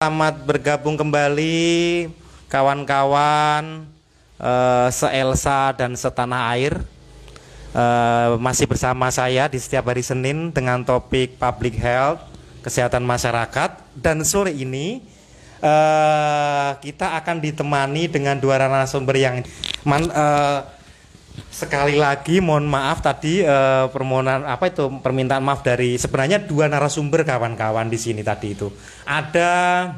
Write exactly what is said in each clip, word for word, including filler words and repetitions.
Selamat bergabung kembali kawan-kawan uh, se-Elsa dan setanah air. uh, Masih bersama saya di setiap hari Senin dengan topik public health, kesehatan masyarakat. Dan sore ini uh, kita akan ditemani dengan dua narasumber yang man, uh, sekali lagi mohon maaf tadi uh, permohonan apa itu permintaan maaf dari sebenarnya dua narasumber kawan-kawan di sini tadi itu ada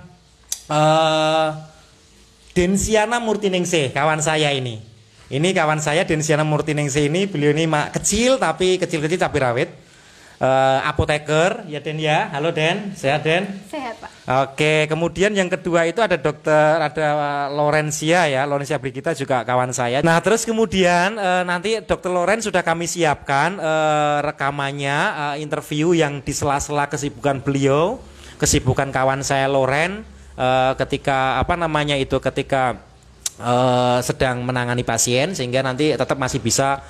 uh, Densiana Murtiningsih, kawan saya ini. Ini kawan saya Densiana Murtiningsih ini, beliau ini mak kecil tapi kecil-kecil tapi rawit. Uh, apoteker ya Den ya. Halo Den, sehat Den? Sehat Pak. Oke, kemudian yang kedua itu ada dokter, ada Lorencia ya, Lorencia Brigita juga kawan saya. Nah terus kemudian uh, nanti dokter Loren sudah kami siapkan uh, rekamannya, uh, interview yang di sela-sela kesibukan beliau, kesibukan kawan saya Loren uh, ketika apa namanya itu ketika uh, sedang menangani pasien, sehingga nanti tetap masih bisa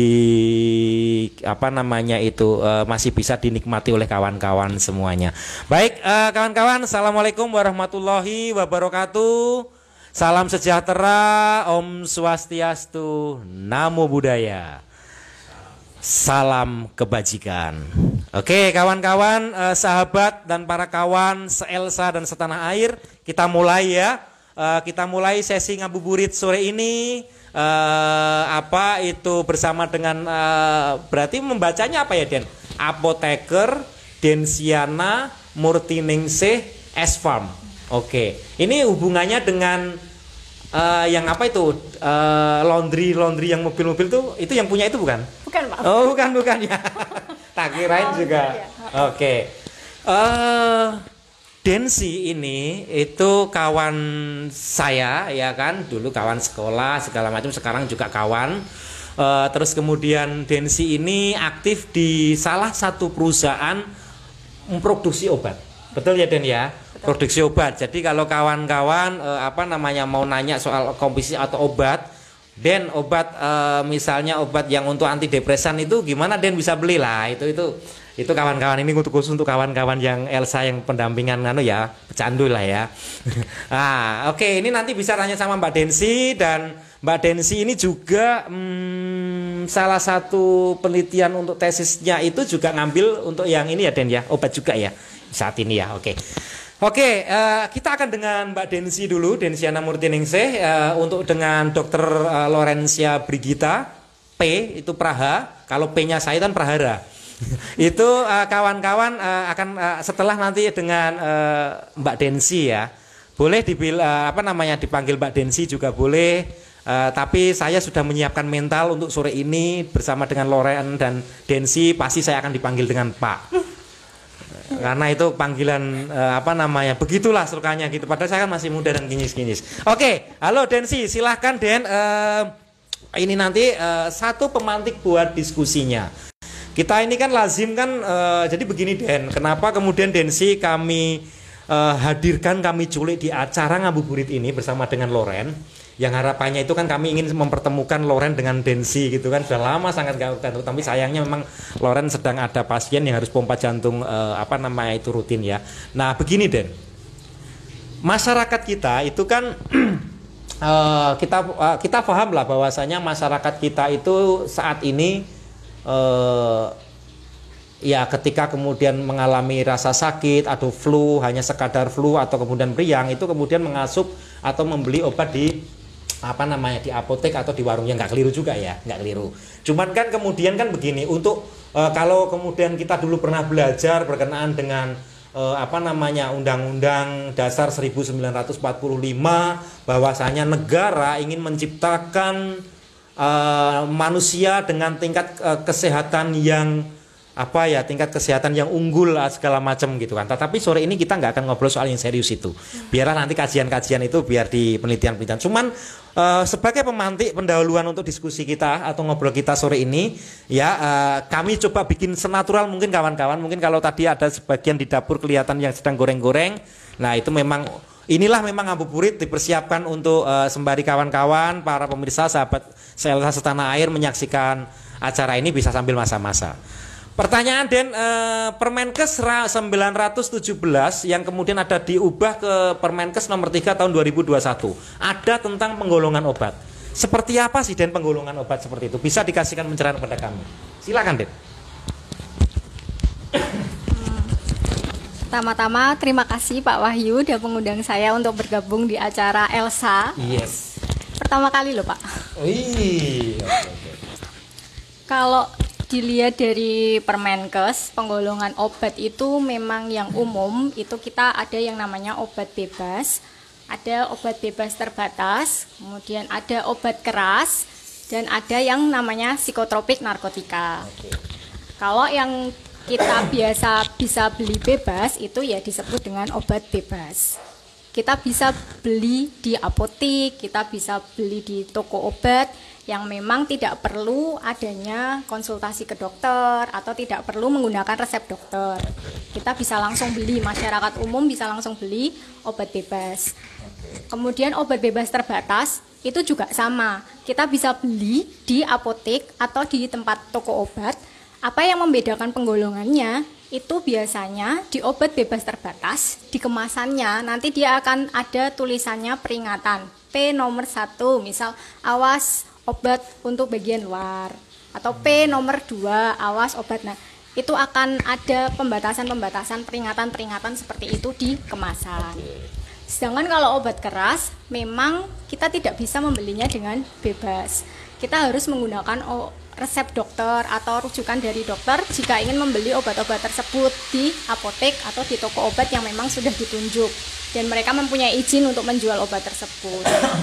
di apa namanya itu uh, masih bisa dinikmati oleh kawan-kawan semuanya. Baik uh, kawan-kawan, assalamualaikum warahmatullahi wabarakatuh. Salam sejahtera, Om Swastiastu, Namo Buddhaya, salam kebajikan. Oke kawan-kawan, uh, sahabat dan para kawan se-Elsa dan setanah air, kita mulai ya. Uh, kita mulai sesi ngabuburit sore ini. Uh, apa itu bersama dengan uh, berarti membacanya apa ya Den? Apoteker Densiana Murtiningsih S Farm. Oke, ini hubungannya dengan uh, yang apa itu uh, laundry laundry yang mobil-mobil tuh itu yang punya itu bukan? Bukan Pak. Oh bukan bukan ya. Tak kirain juga. Oke. Uh, Densi ini itu kawan saya ya kan, dulu kawan sekolah segala macam, sekarang juga kawan. Uh, terus kemudian Densi ini aktif di salah satu perusahaan memproduksi obat, betul ya Den ya? Betul. Produksi obat. Jadi kalau kawan-kawan uh, apa namanya mau nanya soal komposisi atau obat, Den obat uh, misalnya obat yang untuk antidepresan itu gimana Den bisa beli lah itu itu. Itu kawan-kawan ini untuk khusus untuk kawan-kawan yang Elsa yang pendampingan nganu ya, pecandu lah ya. Nah, oke okay, ini nanti bisa tanya sama Mbak Densi, dan Mbak Densi ini juga hmm, salah satu penelitian untuk tesisnya itu juga ngambil untuk yang ini ya Den ya, obat juga ya saat ini ya. Oke. Okay. Oke, okay, uh, kita akan dengan Mbak Densi dulu, Densiana Murtiningsih, uh, untuk dengan dokter uh, Lorencia Brigita, P itu Praha, kalau P-nya saya kan Prahara. Itu kawan-kawan uh, uh, akan uh, setelah nanti dengan uh, Mbak Densi ya, boleh dibil uh, apa namanya dipanggil Mbak Densi juga boleh, uh, tapi saya sudah menyiapkan mental untuk sore ini bersama dengan Loren dan Densi, pasti saya akan dipanggil dengan Pak, karena itu panggilan uh, apa namanya begitulah sukanya gitu, padahal saya kan masih muda dan kinyis-kinyis. Oke, halo Densi, silahkan Den, uh, ini nanti uh, satu pemantik buat diskusinya. Kita ini kan lazim kan, uh, jadi begini Den, kenapa kemudian Densi kami uh, hadirkan, kami culik di acara ngabuburit ini bersama dengan Loren, yang harapannya itu kan kami ingin mempertemukan Loren dengan Densi gitu kan, sudah lama sangat gak ketemu, tapi sayangnya memang Loren sedang ada pasien yang harus pompa jantung uh, apa namanya itu rutin ya. Nah begini Den, masyarakat kita itu kan uh, kita uh, kita paham lah bahwasanya masyarakat kita itu saat ini Uh, ya ketika kemudian mengalami rasa sakit atau flu, hanya sekadar flu atau kemudian meriang, itu kemudian mengasup atau membeli obat di apa namanya di apotek atau di warung, yang nggak keliru juga ya, nggak keliru. Cuman kan kemudian kan begini, untuk uh, kalau kemudian kita dulu pernah belajar berkenaan dengan uh, apa namanya Undang-Undang Dasar seribu sembilan ratus empat puluh lima, bahwasanya negara ingin menciptakan Uh, manusia dengan tingkat uh, kesehatan yang apa ya tingkat kesehatan yang unggul segala macam gitu kan. Tetapi sore ini kita nggak akan ngobrol soal yang serius itu. Biarlah nanti kajian-kajian itu biar di penelitian-penelitian. Cuman uh, sebagai pemantik pendahuluan untuk diskusi kita atau ngobrol kita sore ini ya, uh, kami coba bikin senatural mungkin kawan-kawan. Mungkin kalau tadi ada sebagian di dapur kelihatan yang sedang goreng-goreng. Nah itu memang inilah memang ngabuburit dipersiapkan untuk uh, sembari kawan-kawan para pemirsa sahabat se-Elsa setanah air menyaksikan acara ini bisa sambil masa-masa. Pertanyaan Den, eh, Permenkes sembilan ratus tujuh belas yang kemudian ada diubah ke Permenkes nomor tiga tahun dua ribu dua puluh satu. Ada tentang penggolongan obat. Seperti apa sih Den penggolongan obat seperti itu? Bisa dikasihkan pencerahan kepada kami. Silakan Den. Pertama-tama terima kasih Pak Wahyu sudah mengundang saya untuk bergabung di acara Elsa. Yes. Pertama kali loh Pak. Wih. Oke, oke. Kalau dilihat dari Permenkes, penggolongan obat itu memang yang umum, itu kita ada yang namanya obat bebas, ada obat bebas terbatas, kemudian ada obat keras, dan ada yang namanya psikotropik narkotika. Oke. Kalau yang kita biasa bisa beli bebas, itu ya disebut dengan obat bebas. Kita bisa beli di apotek, kita bisa beli di toko obat, yang memang tidak perlu adanya konsultasi ke dokter atau tidak perlu menggunakan resep dokter. Kita bisa langsung beli, masyarakat umum bisa langsung beli obat bebas. Kemudian obat bebas terbatas itu juga sama. Kita bisa beli di apotek atau di tempat toko obat. Apa yang membedakan penggolongannya? Itu biasanya di obat bebas terbatas, di kemasannya nanti dia akan ada tulisannya peringatan P nomor satu, misal awas obat untuk bagian luar, atau P nomor dua, awas obat. Nah, itu akan ada pembatasan-pembatasan, peringatan-peringatan seperti itu di kemasan. Sedangkan kalau obat keras, memang kita tidak bisa membelinya dengan bebas. Kita harus menggunakan resep dokter atau rujukan dari dokter jika ingin membeli obat-obat tersebut di apotek atau di toko obat yang memang sudah ditunjuk dan mereka mempunyai izin untuk menjual obat tersebut.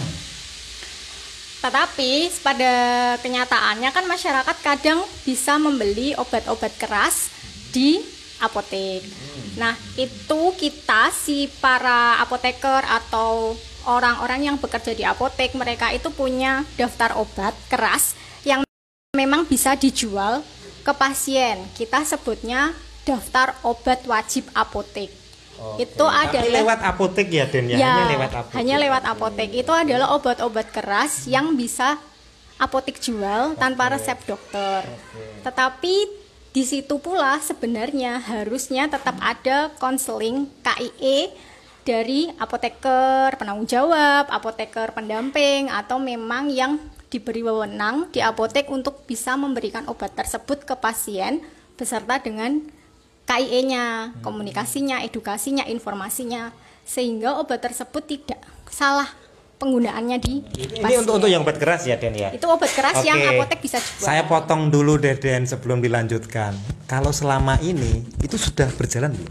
Tetapi pada kenyataannya kan masyarakat kadang bisa membeli obat-obat keras di apotek. Nah, itu kita si para apoteker atau orang-orang yang bekerja di apotek, mereka itu punya daftar obat keras yang memang bisa dijual ke pasien. Kita sebutnya daftar obat wajib apotek. Oke. Itu adalah tapi lewat apotek ya Den ya, ya hanya lewat apotek. Hanya lewat apotek. Itu adalah obat-obat keras yang bisa apotek jual tanpa resep dokter. Oke. Tetapi di situ pula sebenarnya harusnya tetap ada konseling K I E dari apoteker penanggung jawab, apoteker pendamping, atau memang yang diberi wewenang di apotek untuk bisa memberikan obat tersebut ke pasien beserta dengan K I E-nya, komunikasinya, edukasinya, informasinya, sehingga obat tersebut tidak salah penggunaannya di ini pasien. untuk untuk yang obat keras ya Den ya. Itu obat keras Oke. yang apotek bisa jual. Saya potong dulu deh Den sebelum dilanjutkan. Kalau selama ini itu sudah berjalan belum?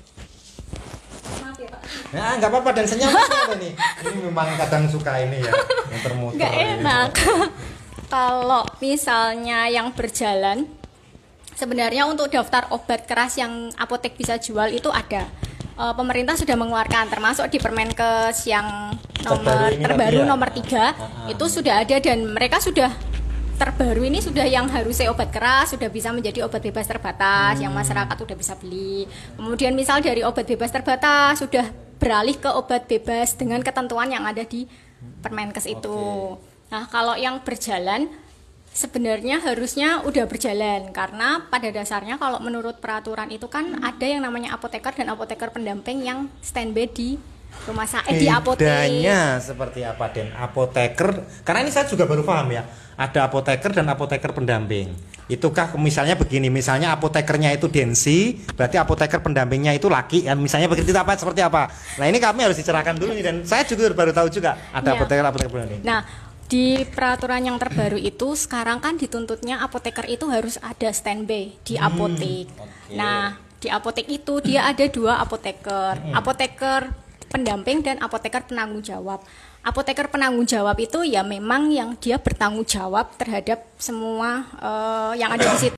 Maaf ya Pak. Nah, nggak apa-apa Dan senyum apa nih. Ini memang kadang suka ini ya, yang termuter. Nggak enak. Kalau misalnya yang berjalan, sebenarnya untuk daftar obat keras yang apotek bisa jual itu ada. E, pemerintah sudah mengeluarkan, termasuk di Permenkes yang nomor terbaru, terbaru ya? nomor tiga, uh-huh. itu sudah ada dan mereka sudah terbaru ini sudah yang harusnya obat keras sudah bisa menjadi obat bebas terbatas hmm. yang masyarakat sudah bisa beli. Kemudian misal dari obat bebas terbatas sudah beralih ke obat bebas dengan ketentuan yang ada di Permenkes itu. Okay. Nah, kalau yang berjalan sebenarnya harusnya udah berjalan karena pada dasarnya kalau menurut peraturan itu kan ada yang namanya apoteker dan apoteker pendamping yang standby di rumah sakit eh, di apotek. Bedanya seperti apa Den? Apoteker, karena ini saya juga baru paham ya. Ada apoteker dan apoteker pendamping. Itukah misalnya begini, misalnya apotekernya itu Densi, berarti apoteker pendampingnya itu laki, kan misalnya begitu apa seperti apa. Nah, ini kami harus dicerahkan dulu nih dan saya juga baru tahu juga ada ya. apoteker apoteker pendamping. Nah, di peraturan yang terbaru itu sekarang kan dituntutnya apoteker itu harus ada standby di apotek. Hmm, okay. Nah, di apotek itu dia ada dua apoteker, hmm. apoteker pendamping dan apoteker penanggung jawab. Apoteker penanggung jawab itu ya memang yang dia bertanggung jawab terhadap semua uh, yang ada di situ.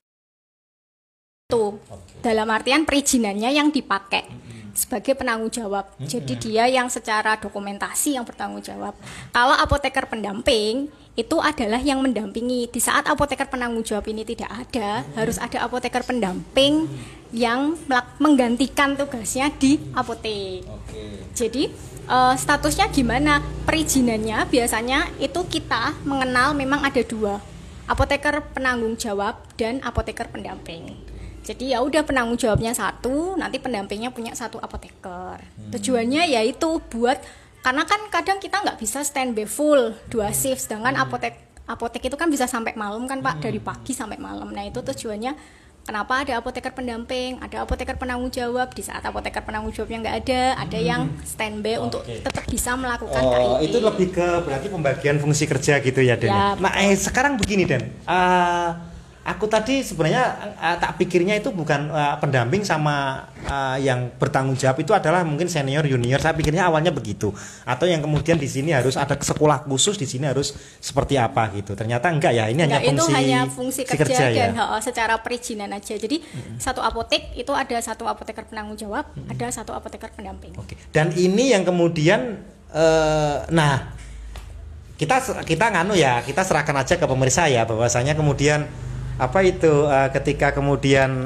Okay. Dalam artian perizinannya yang dipakai sebagai penanggung jawab. Jadi dia yang secara dokumentasi yang bertanggung jawab. Kalau apoteker pendamping itu adalah yang mendampingi. Di saat apoteker penanggung jawab ini tidak ada, harus ada apoteker pendamping yang menggantikan tugasnya di apotek. Okay. Jadi uh, statusnya gimana? Perizinannya biasanya itu kita mengenal memang ada dua, apoteker penanggung jawab dan apoteker pendamping. Jadi ya udah penanggung jawabnya satu, nanti pendampingnya punya satu apoteker. Hmm. Tujuannya yaitu buat karena kan kadang kita nggak bisa standby full dua shift, sedangkan hmm. apotek apotek itu kan bisa sampai malam kan Pak, hmm. dari pagi sampai malam. Nah itu tujuannya kenapa ada apoteker pendamping, ada apoteker penanggung jawab. Di saat apoteker penanggung jawabnya nggak ada, ada hmm. yang standby oh, untuk okay. tetap bisa melakukan oh, K I E. Itu lebih ke berarti pembagian fungsi kerja gitu ya Den. Ya, nah eh, sekarang begini Den. Uh, Aku tadi sebenarnya uh, tak pikirnya itu bukan uh, pendamping sama uh, yang bertanggung jawab itu adalah mungkin senior junior. Saya pikirnya awalnya begitu. Atau yang kemudian di sini harus ada sekolah khusus, di sini harus seperti apa gitu. Ternyata enggak ya, ini enggak, hanya fungsi itu hanya fungsi kerja, kerja dan ya? oh, secara perizinan aja. Jadi mm-hmm. satu apotek itu ada satu apoteker penanggung jawab, mm-hmm. ada satu apoteker pendamping. Oke. Dan ini yang kemudian uh, nah kita kita nganu ya, kita serahkan aja ke pemirsa ya bahwasanya kemudian apa itu uh, ketika kemudian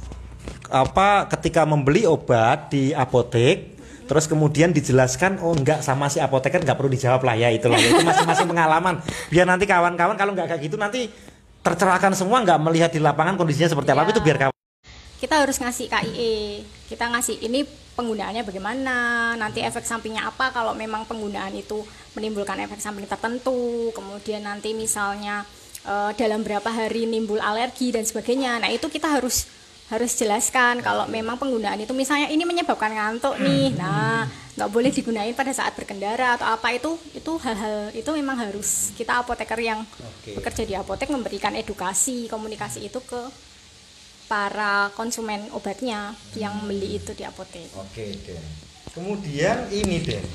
apa ketika membeli obat di apotek terus kemudian dijelaskan oh enggak sama si apoteker enggak perlu dijawab lah ya itulah itu masing-masing pengalaman biar nanti kawan-kawan kalau enggak kayak gitu nanti tercerahkan semua enggak melihat di lapangan kondisinya seperti ya. Apa itu biar kawan kita harus ngasih K I E, kita ngasih ini penggunaannya bagaimana, nanti efek sampingnya apa kalau memang penggunaan itu menimbulkan efek samping tertentu, kemudian nanti misalnya Uh, dalam berapa hari nimbul alergi dan sebagainya. Nah itu kita harus harus jelaskan kalau memang penggunaan itu misalnya ini menyebabkan ngantuk nih, nah nggak boleh digunain pada saat berkendara atau apa itu itu hal-hal itu memang harus kita apoteker yang okay. bekerja di apotek memberikan edukasi komunikasi itu ke para konsumen obatnya hmm. yang beli itu di apotek. Oke okay, Den. Kemudian ini Den,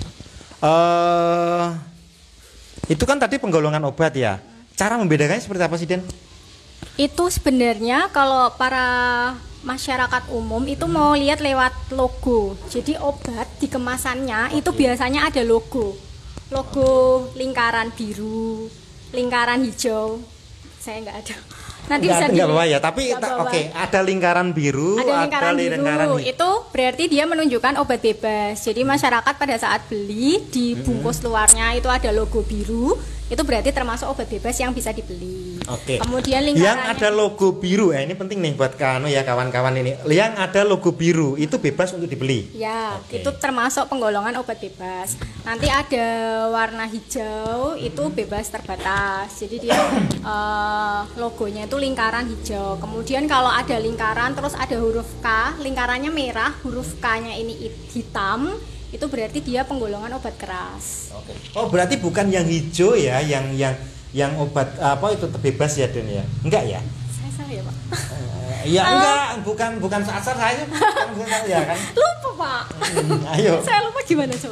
uh, itu kan tadi penggolongan obat ya. Cara membedakannya seperti apa sih Den? Itu sebenarnya kalau para masyarakat umum itu hmm. mau lihat lewat logo. Jadi obat di kemasannya okay. itu biasanya ada logo. Logo lingkaran biru, lingkaran hijau. Saya nggak ada. Nanti enggak, bisa enggak bawa ya, tapi oke, okay, ada lingkaran biru, ada lingkaran, ada lingkaran biru. Lingkaran itu berarti dia menunjukkan obat bebas. Jadi masyarakat pada saat beli di bungkus luarnya itu ada logo biru. Itu berarti termasuk obat bebas yang bisa dibeli. Oke. Kemudian yang ada logo biru, ya ini penting nih buat kanu ya kawan-kawan ini. Yang ada logo biru itu bebas untuk dibeli. Ya, okay. Itu termasuk penggolongan obat bebas. Nanti ada warna hijau itu bebas terbatas. Jadi dia uh, logonya itu lingkaran hijau. Kemudian kalau ada lingkaran terus ada huruf K, lingkarannya merah, huruf K-nya ini hitam. Itu berarti dia penggolongan obat keras. Oke. Oh, berarti bukan yang hijau ya, yang yang yang obat apa itu bebas ya Den ya? Enggak ya? Saya salah ya Pak. Iya uh, enggak, bukan bukan asal saya bukan bukan ya kan? Lupa Pak. Hmm, ayo. Saya lupa gimana coba?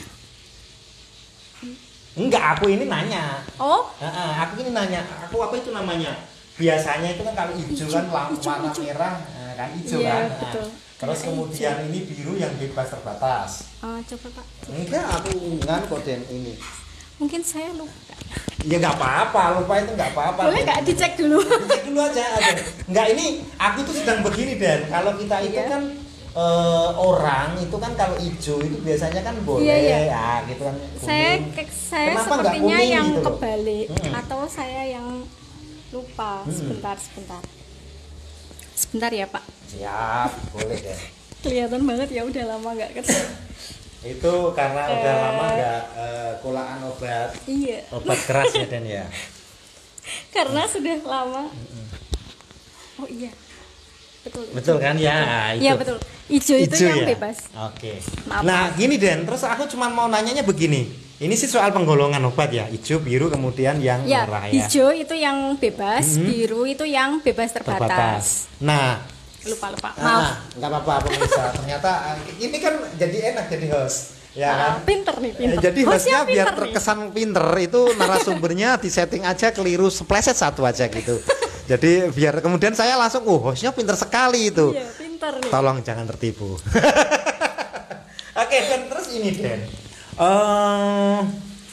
Enggak, aku ini nanya. Oh? Uh, uh, aku ini nanya, aku apa itu namanya? Biasanya itu kan kalau hijau kan warna merah, uh, kan hijau iya, kan. Betul. Nah, terus kemudian hijau. Ini biru yang bebas terbatas. Oh, coba Pak. Coba. Enggak, aku enggak kok Den ini. Mungkin saya lupa. Ya nggak apa-apa, lupa itu nggak apa-apa. Boleh nggak dicek dulu? Dicek dulu aja. aja. Nggak ini, aku tuh sedang begini Den. Kalau kita itu iya. kan uh, orang itu kan kalau hijau itu biasanya kan boleh, iya, iya. ya gitu kan. Kuning. Saya saya Kenapa sepertinya yang gitu kebalik hmm. atau saya yang lupa. Hmm. Sebentar, sebentar. Sebentar ya Pak. Siap, boleh deh. Kelihatan banget ya udah lama nggak ketemu. Itu karena uh, udah lama nggak uh, kolaan obat. Iya. Obat keras ya Den ya. Karena hmm. sudah lama. Hmm. Oh iya. Betul. Betul kan ya? Iya betul. Ijo itu Ijo, yang ya? bebas. Oke. Maaf, nah maaf. gini Den, terus aku cuma mau nanyanya begini. Ini sih soal penggolongan obat ya, hijau, biru, kemudian yang ya, merah ya. Hijau itu yang bebas, hmm. biru itu yang bebas terbatas. terbatas. Nah, lupa lupa. Maaf. Nah, nggak apa-apa pemirsa. Ternyata ini kan jadi enak jadi host. Ya kan? Ah, pinter nih, pinter. Jadi hostnya Hostnya biar pinter terkesan nih. Pinter itu narasumbernya disetting aja keliru sepleset satu aja gitu. Jadi biar kemudian saya langsung, oh hostnya pinter sekali itu. Iya, pinter nih. Tolong jangan tertipu. Oke, Dan terus ini Den. Uh,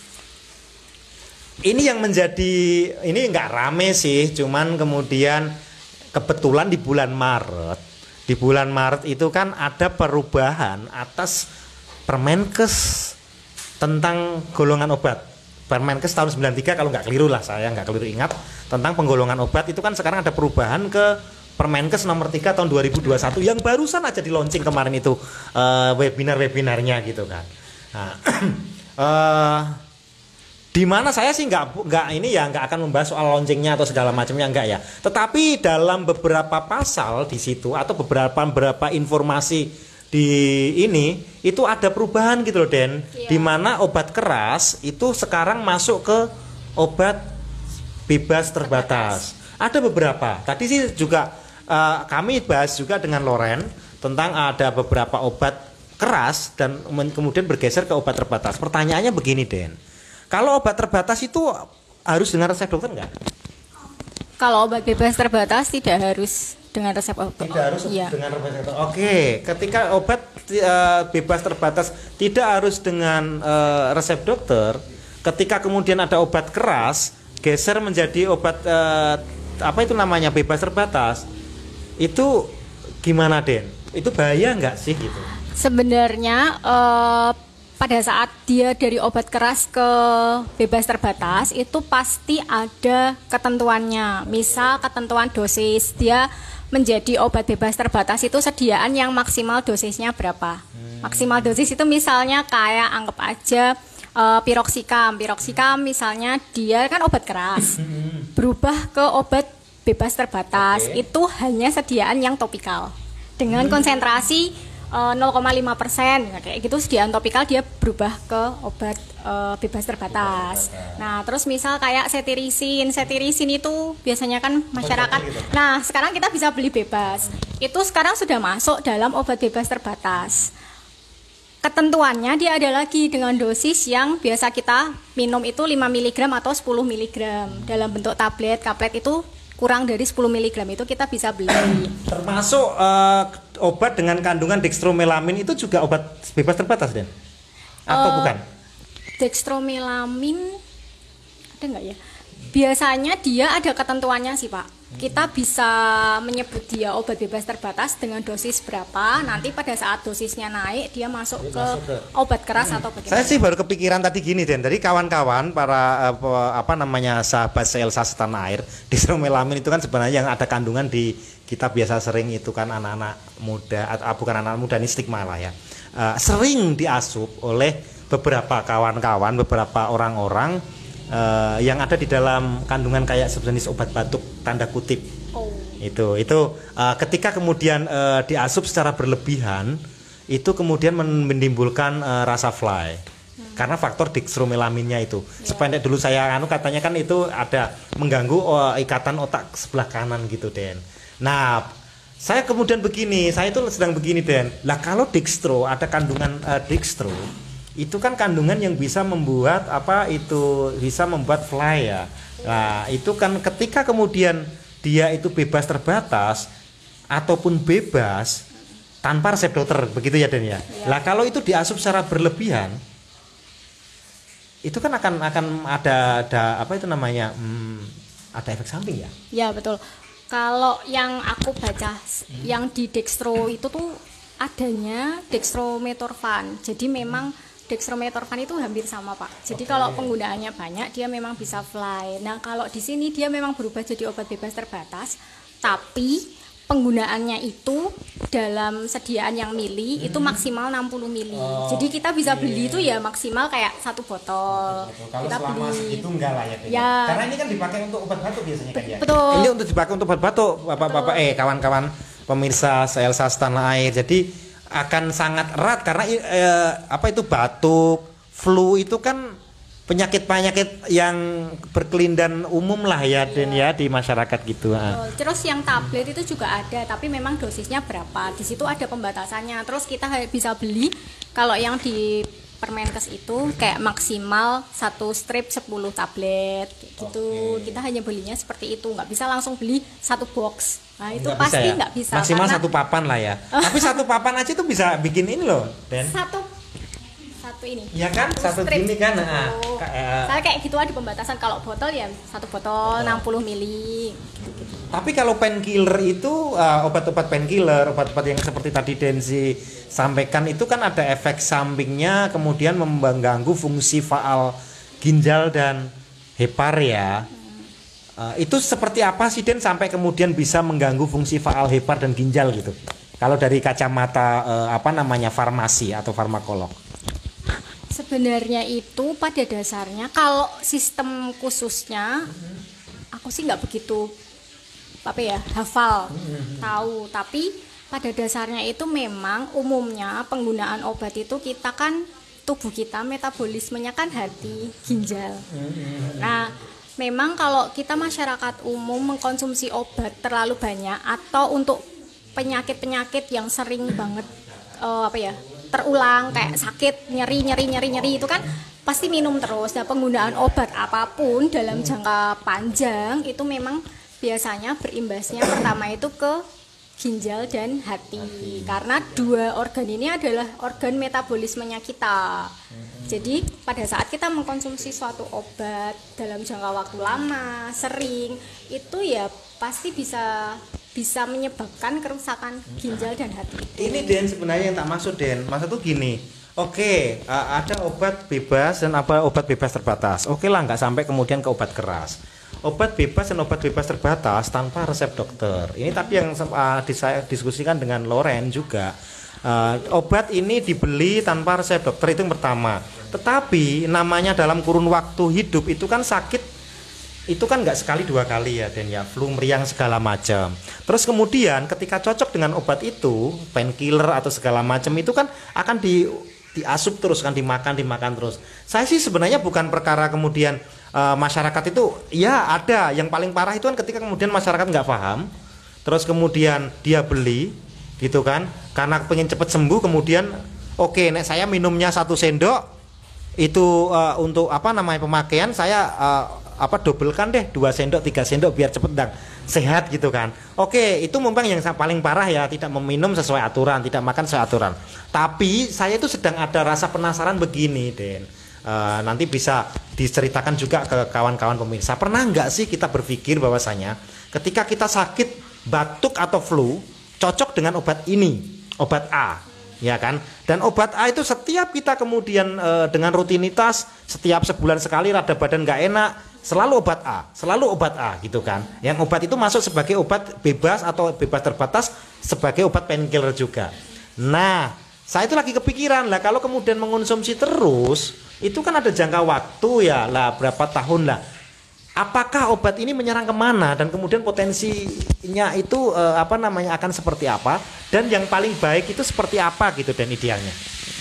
ini yang menjadi ini nggak rame sih, cuman kemudian kebetulan di bulan Maret, di bulan Maret itu kan ada perubahan atas Permenkes tentang golongan obat. Permenkes tahun sembilan puluh tiga kalau nggak keliru lah, saya nggak keliru ingat tentang penggolongan obat itu kan sekarang ada perubahan ke Permenkes nomor tiga tahun dua ribu dua puluh satu yang barusan aja di launching kemarin itu uh, webinar-webinarnya gitu kan. Nah, uh, di mana saya sih nggak nggak ini ya nggak akan membahas soal launchingnya atau segala macamnya enggak ya. Tetapi dalam beberapa pasal di situ atau beberapa beberapa informasi di ini itu ada perubahan gitu loh Den. Iya. Di mana obat keras itu sekarang masuk ke obat bebas terbatas. terbatas. Ada beberapa. Tadi sih juga uh, kami bahas juga dengan Loren tentang ada beberapa obat keras dan kemudian bergeser ke obat terbatas. Pertanyaannya begini Den. Kalau obat terbatas itu harus dengan resep dokter enggak? Kalau obat bebas terbatas tidak harus dengan resep dokter. Tidak harus iya. dengan resep dokter. Oke, ketika obat uh, bebas terbatas tidak harus dengan uh, resep dokter, ketika kemudian ada obat keras geser menjadi obat uh, apa itu namanya bebas terbatas, itu gimana Den? Itu bahaya nggak sih gitu? Sebenarnya uh, pada saat dia dari obat keras ke bebas terbatas itu pasti ada ketentuannya. Misal ketentuan dosis, dia menjadi obat bebas terbatas itu sediaan yang maksimal dosisnya berapa. Hmm. Maksimal dosis itu misalnya kayak anggap aja uh, piroksikam. Piroksikam misalnya dia kan obat keras. Berubah ke obat bebas terbatas, okay. Itu hanya sediaan yang topikal. Dengan hmm. konsentrasi nol koma lima persen kayak gitu sediaan topikal dia berubah ke obat uh, bebas terbatas. Nah, terus misal kayak cetirizine, cetirizine itu biasanya kan masyarakat. Nah, sekarang kita bisa beli bebas. Itu sekarang sudah masuk dalam obat bebas terbatas. Ketentuannya dia ada lagi dengan dosis yang biasa kita minum itu lima miligram atau sepuluh miligram dalam bentuk tablet. Kaplet itu kurang dari sepuluh miligram itu kita bisa beli. Termasuk uh, obat dengan kandungan dextromelamin itu juga obat bebas terbatas Den? Atau uh, bukan? Dextromelamin ada nggak ya? Biasanya dia ada ketentuannya sih Pak. Kita bisa menyebut dia obat bebas terbatas dengan dosis berapa. Nanti pada saat dosisnya naik dia masuk, ke, masuk ke obat keras hmm. atau bagaimana? Saya sih baru kepikiran tadi gini Den. Dari kawan-kawan para apa namanya sahabat Elsa Tanah Air, dextromelamin itu kan sebenarnya yang ada kandungan di kita biasa sering itu kan anak-anak muda atau bukan anak-anak muda ini stigma lah ya. Uh, sering diasup oleh beberapa kawan-kawan, beberapa orang-orang Uh, yang ada di dalam kandungan kayak sejenis obat batuk tanda kutip. Oh. Itu itu uh, ketika kemudian uh, diasup secara berlebihan itu kemudian menimbulkan uh, rasa fly. Hmm. Karena faktor dextromelaminnya itu. Yeah. Sependek dulu saya anu katanya kan itu ada mengganggu uh, ikatan otak sebelah kanan gitu Den. Nah, saya kemudian begini, saya itu sedang begini Den. Lah kalau dextro ada kandungan uh, dextro itu kan kandungan yang bisa membuat apa itu bisa membuat fly ya. Nah, itu kan ketika kemudian dia itu bebas terbatas ataupun bebas tanpa resep dokter begitu ya Den ya. Ya. Lah kalau itu diasup secara berlebihan itu kan akan akan ada ada apa itu namanya? Hmm, ada efek samping ya? Ya, betul. Kalau yang aku baca hmm. yang di dextro itu tuh adanya dextrometorphan. Jadi memang dextrometorphan itu hampir sama Pak. Jadi okay. Kalau penggunaannya banyak dia memang bisa fly. Nah kalau di sini dia memang berubah jadi obat bebas terbatas, tapi penggunaannya itu dalam sediaan yang mili hmm. itu maksimal enam puluh mili. Oh, jadi kita bisa okay. beli itu ya maksimal kayak satu botol. Betul, betul. Kalau kita selama beli. Segitu enggak lah ya, ya. Karena ini kan dipakai untuk obat batuk biasanya kan ya. Betul. Ini untuk dipakai untuk obat batuk, bapak-bapak eh kawan-kawan pemirsa Elsa Tanah Air. Jadi akan sangat erat karena eh, apa itu batuk, flu itu kan penyakit-penyakit yang berkelindan umum lah ya Den ya di masyarakat gitu. Oh, terus yang tablet itu juga ada, tapi memang dosisnya berapa? Di situ ada pembatasannya. Terus kita bisa beli kalau yang di Permenkes itu kayak maksimal satu strip sepuluh tablet gitu. Okay. Kita hanya belinya seperti itu, nggak bisa langsung beli satu box. Nah itu nggak pasti nggak bisa, ya? Bisa maksimal karena satu papan lah ya. Tapi satu papan aja tuh bisa bikin ini loh Den. Satu satu ini ya kan satu, satu gini kan nah, saya kayak gitu ada pembatasan. Kalau botol ya satu botol enam puluh mili gitu. Tapi kalau painkiller itu uh, obat-obat painkiller, obat-obat yang seperti tadi Denzi sampaikan itu kan ada efek sampingnya, kemudian mengganggu fungsi faal ginjal dan hepar ya. Hmm. Uh, itu seperti apa sih Den sampai kemudian bisa mengganggu fungsi faal hepar dan ginjal gitu? Kalau dari kacamata uh, apa namanya farmasi atau farmakolog? Sebenarnya itu pada dasarnya kalau sistem khususnya aku sih nggak begitu apa ya hafal tahu, tapi pada dasarnya itu memang umumnya penggunaan obat itu kita kan tubuh kita metabolismenya kan hati, ginjal. Nah, memang kalau kita masyarakat umum mengkonsumsi obat terlalu banyak atau untuk penyakit-penyakit yang sering banget uh, apa ya terulang kayak sakit nyeri nyeri nyeri nyeri itu kan pasti minum terus. Nah, penggunaan obat apapun dalam jangka panjang itu memang biasanya berimbasnya pertama itu ke ginjal dan hati, karena dua organ ini adalah organ metabolismenya kita. Jadi pada saat kita mengkonsumsi suatu obat dalam jangka waktu lama, sering, itu ya pasti bisa bisa menyebabkan kerusakan ginjal dan hati. Ini Den sebenarnya yang tak maksud Den, maksud tuh gini. Oke, ada obat bebas dan apa obat bebas terbatas. Oke lah, nggak sampai kemudian ke obat keras. Obat bebas dan obat bebas terbatas tanpa resep dokter. Ini tapi yang uh, saya diskusikan dengan Loren juga. Uh, obat ini dibeli tanpa resep dokter itu yang pertama. Tetapi namanya dalam kurun waktu hidup itu kan sakit, itu kan nggak sekali dua kali ya Den ya, flu meriang segala macam. Terus kemudian ketika cocok dengan obat itu, painkiller atau segala macam itu kan akan di diasup terus kan, dimakan dimakan terus. Saya sih sebenarnya bukan perkara kemudian uh, masyarakat itu ya ada yang paling parah itu kan ketika kemudian masyarakat nggak paham, terus kemudian dia beli gitu kan, karena pengen cepet sembuh kemudian oke, okay, nek saya minumnya satu sendok itu uh, untuk apa namanya pemakaian saya uh, apa dobelkan deh dua sendok tiga sendok biar cepet dang sehat gitu kan. Oke, itu memang yang paling parah ya, tidak meminum sesuai aturan, tidak makan sesuai aturan. Tapi saya itu sedang ada rasa penasaran begini Den, uh, nanti bisa diceritakan juga ke kawan-kawan pemirsa. Pernah nggak sih kita berpikir bahwasanya ketika kita sakit batuk atau flu cocok dengan obat ini, obat A, ya kan? Dan obat A itu setiap kita kemudian e, dengan rutinitas setiap sebulan sekali rada badan nggak enak, selalu obat A, selalu obat A gitu kan? Yang obat itu masuk sebagai obat bebas atau bebas terbatas sebagai obat painkiller juga. Nah, saya itu lagi kepikiran lah kalau kemudian mengonsumsi terus itu kan ada jangka waktu ya lah berapa tahun lah. Apakah obat ini menyerang kemana dan kemudian potensinya itu eh, apa namanya akan seperti apa dan yang paling baik itu seperti apa gitu dan idealnya?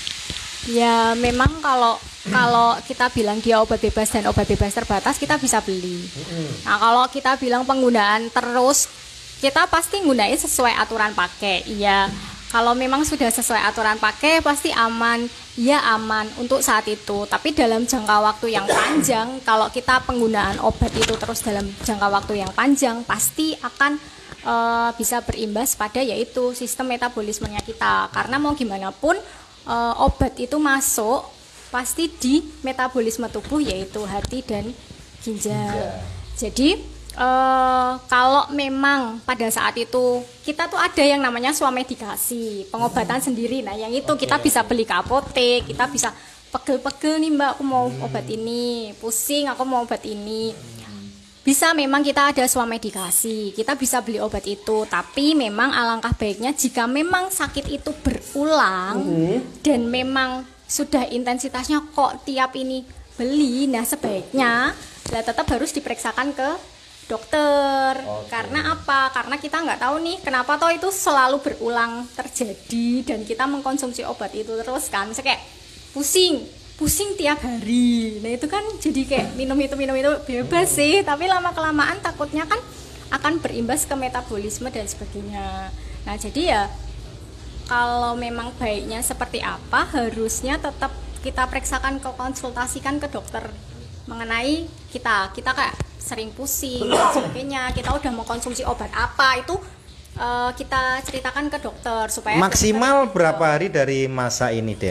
Ya memang kalau kalau kita bilang dia obat bebas dan obat bebas terbatas kita bisa beli. Nah kalau kita bilang penggunaan terus kita pasti gunain sesuai aturan pakai. Iya. Kalau memang sudah sesuai aturan pakai pasti aman, ya aman untuk saat itu. Tapi dalam jangka waktu yang panjang, kalau kita penggunaan obat itu terus dalam jangka waktu yang panjang, pasti akan e, bisa berimbas pada yaitu sistem metabolismenya kita. Karena mau gimana pun e, obat itu masuk pasti di metabolisme tubuh yaitu hati dan ginjal. Jadi Uh, kalau memang pada saat itu kita tuh ada yang namanya swamedikasi, pengobatan sendiri. Nah yang itu kita bisa beli ke apotek, kita bisa pegel-pegel nih mbak aku mau obat ini, pusing aku mau obat ini. Bisa memang kita ada swamedikasi, kita bisa beli obat itu. Tapi memang alangkah baiknya jika memang sakit itu berulang dan memang sudah intensitasnya kok tiap ini beli, nah sebaiknya lah tetap harus diperiksakan ke dokter. Okay. Karena apa? Karena kita nggak tahu nih kenapa toh itu selalu berulang terjadi dan kita mengkonsumsi obat itu terus kan. Misalnya kayak pusing, pusing tiap hari. Nah itu kan jadi kayak minum itu minum itu bebas sih, tapi lama kelamaan takutnya kan akan berimbas ke metabolisme dan sebagainya. Nah jadi ya kalau memang baiknya seperti apa harusnya tetap kita periksakan ke konsultasikan ke dokter mengenai kita kita kayak sering pusing dan sebagainya, kita udah mau konsumsi obat apa itu uh, kita ceritakan ke dokter supaya maksimal dokter berapa hari dari masa ini Den?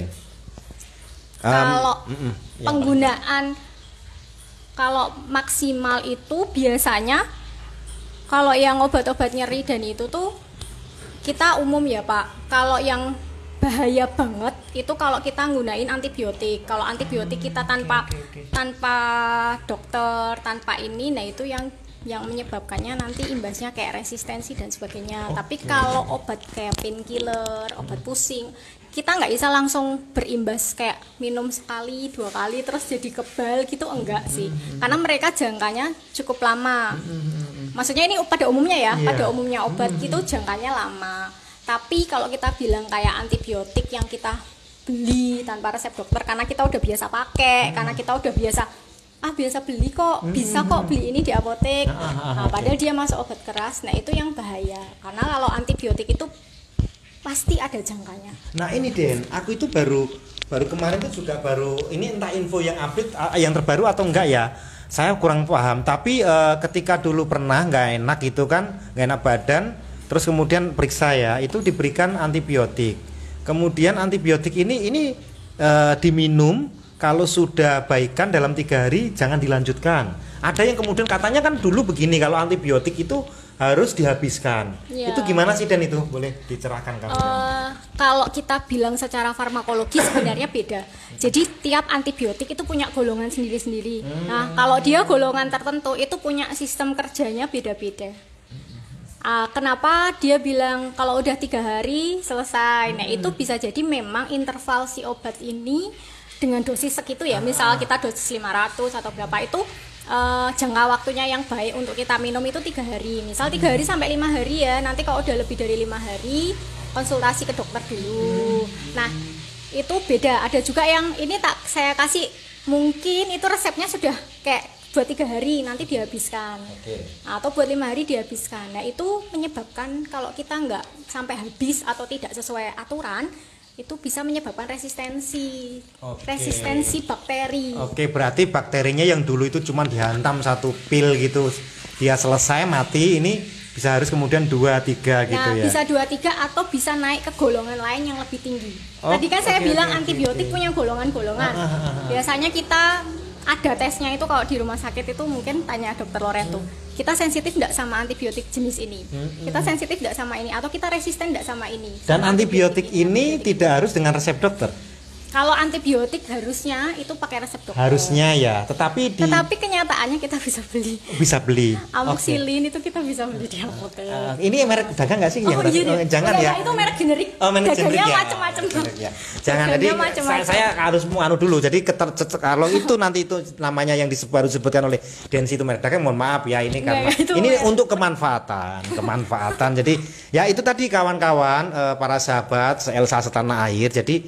Kalau um, mm -mm, penggunaan kalau maksimal itu biasanya kalau yang obat-obat nyeri dan itu tuh kita umum ya Pak, kalau yang bahaya banget itu kalau kita nggunain antibiotik. Kalau antibiotik kita tanpa okay, okay, okay. tanpa dokter, tanpa ini, nah itu yang yang menyebabkannya nanti imbasnya kayak resistensi dan sebagainya. Okay. Tapi kalau obat kayak painkiller, obat pusing, kita nggak bisa langsung berimbas kayak minum sekali dua kali terus jadi kebal gitu, enggak sih, karena mereka jangkanya cukup lama. Maksudnya ini pada umumnya ya, yeah. pada umumnya obat itu jangkanya lama. Tapi kalau kita bilang kayak antibiotik yang kita beli tanpa resep dokter karena kita udah biasa pakai, karena kita udah biasa ah biasa beli kok, bisa kok beli ini di apotek. Nah, padahal dia masuk obat keras. Nah, itu yang bahaya. Karena kalau antibiotik itu pasti ada jangkanya. Nah, ini Den, aku itu baru baru kemarin itu juga baru ini entah info yang update yang terbaru atau enggak ya. Saya kurang paham, tapi uh, ketika dulu pernah nggak enak gitu kan, nggak enak badan, terus kemudian periksa ya, itu diberikan antibiotik. Kemudian antibiotik ini ini uh, diminum. Kalau sudah baikan dalam tiga hari jangan dilanjutkan. Ada yang kemudian katanya kan dulu begini, kalau antibiotik itu harus dihabiskan. Ya. Itu gimana sih Dan itu? Boleh dicerahkan kamu? Uh, kalau kita bilang secara farmakologi sebenarnya beda. Jadi tiap antibiotik itu punya golongan sendiri-sendiri. Hmm. Nah, kalau dia golongan tertentu itu punya sistem kerjanya beda-beda. Uh, kenapa dia bilang kalau udah tiga hari selesai? Nah, itu bisa jadi memang interval si obat ini dengan dosis segitu ya, misal kita dosis lima ratus atau berapa itu uh, jangka waktunya yang baik untuk kita minum itu tiga hari, misal tiga hari sampai lima hari ya. Nanti kalau udah lebih dari lima hari konsultasi ke dokter dulu. Nah, itu beda. Ada juga yang ini tak saya kasih, mungkin itu resepnya sudah kayak buat tiga hari nanti dihabiskan. Okay. Atau buat lima hari dihabiskan. Nah, itu menyebabkan kalau kita nggak sampai habis atau tidak sesuai aturan, itu bisa menyebabkan resistensi, okay. resistensi bakteri. Oke, okay, berarti bakterinya yang dulu itu cuma dihantam satu pil gitu, dia selesai mati, ini bisa harus kemudian dua tiga gitu nah, ya. Bisa dua tiga atau bisa naik ke golongan lain yang lebih tinggi. Oh, Tadi kan okay, saya okay, bilang okay, antibiotik okay. punya golongan-golongan. Ah, ah, ah, ah. Biasanya kita ada tesnya itu kalau di rumah sakit itu mungkin tanya dokter Loreto. Hmm. Kita sensitif enggak sama antibiotik jenis ini? Hmm. Kita sensitif enggak sama ini atau kita resisten enggak sama ini? Dan sama antibiotik, antibiotik ini antibiotik. Tidak harus dengan resep dokter. Kalau antibiotik harusnya itu pakai resep dokter. Harusnya ya, tetapi di... Tetapi kenyataannya kita bisa beli. Bisa beli. Amoxicillin okay. itu kita bisa beli di apotek. Uh, ini merek dagang nggak sih? Oh, yang iya, oh, jangan oh, ya. Itu merek generik. Oh, merek generik ya. Macam-macam. Ya. Jangan. Jadi saya, saya harus anu dulu. Jadi keter, kalau itu nanti itu namanya yang disebut baru disebutkan oleh Densi itu merek dagang. Mohon maaf ya ini karena ya, ini merek. Untuk kemanfaatan, kemanfaatan. Jadi ya itu tadi kawan-kawan uh, para sahabat Elsa Setanah Air. Jadi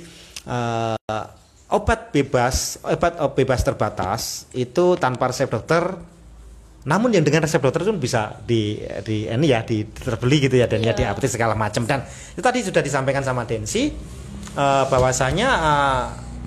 uh, obat bebas, obat bebas terbatas itu tanpa resep dokter. Namun yang dengan resep dokter itu bisa di di ini ya di terbeli gitu ya dan yeah. ya di apotek segala macam. Dan itu tadi sudah disampaikan sama Densi uh, bahwasanya uh,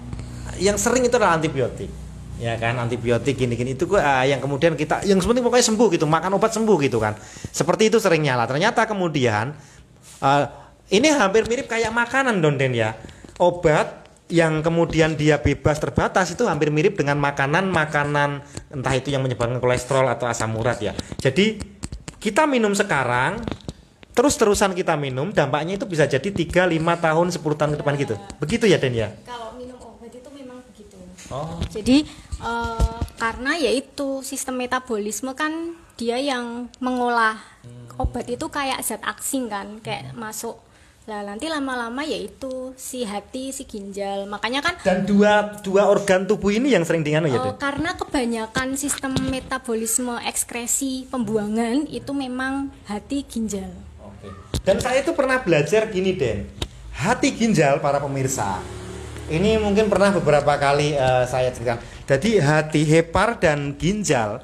yang sering itu adalah antibiotik. Ya kan, antibiotik gini-gini itu uh, yang kemudian kita yang sepenting pokoknya sembuh gitu, makan obat sembuh gitu kan. Seperti itu seringnya lah. Ternyata kemudian uh, ini hampir mirip kayak makanan Don Den ya. Obat yang kemudian dia bebas terbatas itu hampir mirip dengan makanan-makanan entah itu yang menyebabkan kolesterol atau asam urat ya. Jadi kita minum sekarang terus-terusan kita minum, dampaknya itu bisa jadi tiga, lima tahun, sepuluh tahun ke depan gitu. Begitu ya Den ya? Kalau minum obat itu memang begitu. Oh. Jadi uh, karena yaitu sistem metabolisme kan dia yang mengolah hmm. obat itu kayak zat asing kan, kayak hmm. masuk. Nah, nanti lama-lama yaitu si hati, si ginjal. Makanya kan dan dua dua organ tubuh ini yang sering dianu ya, uh, karena kebanyakan sistem metabolisme ekskresi pembuangan itu memang hati, ginjal. Oke. Dan saya itu pernah belajar gini, Den. Hati, ginjal para pemirsa. Ini mungkin pernah beberapa kali uh, saya ceritakan. Jadi hati, hepar dan ginjal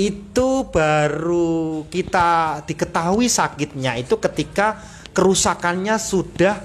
itu baru kita diketahui sakitnya itu ketika kerusakannya sudah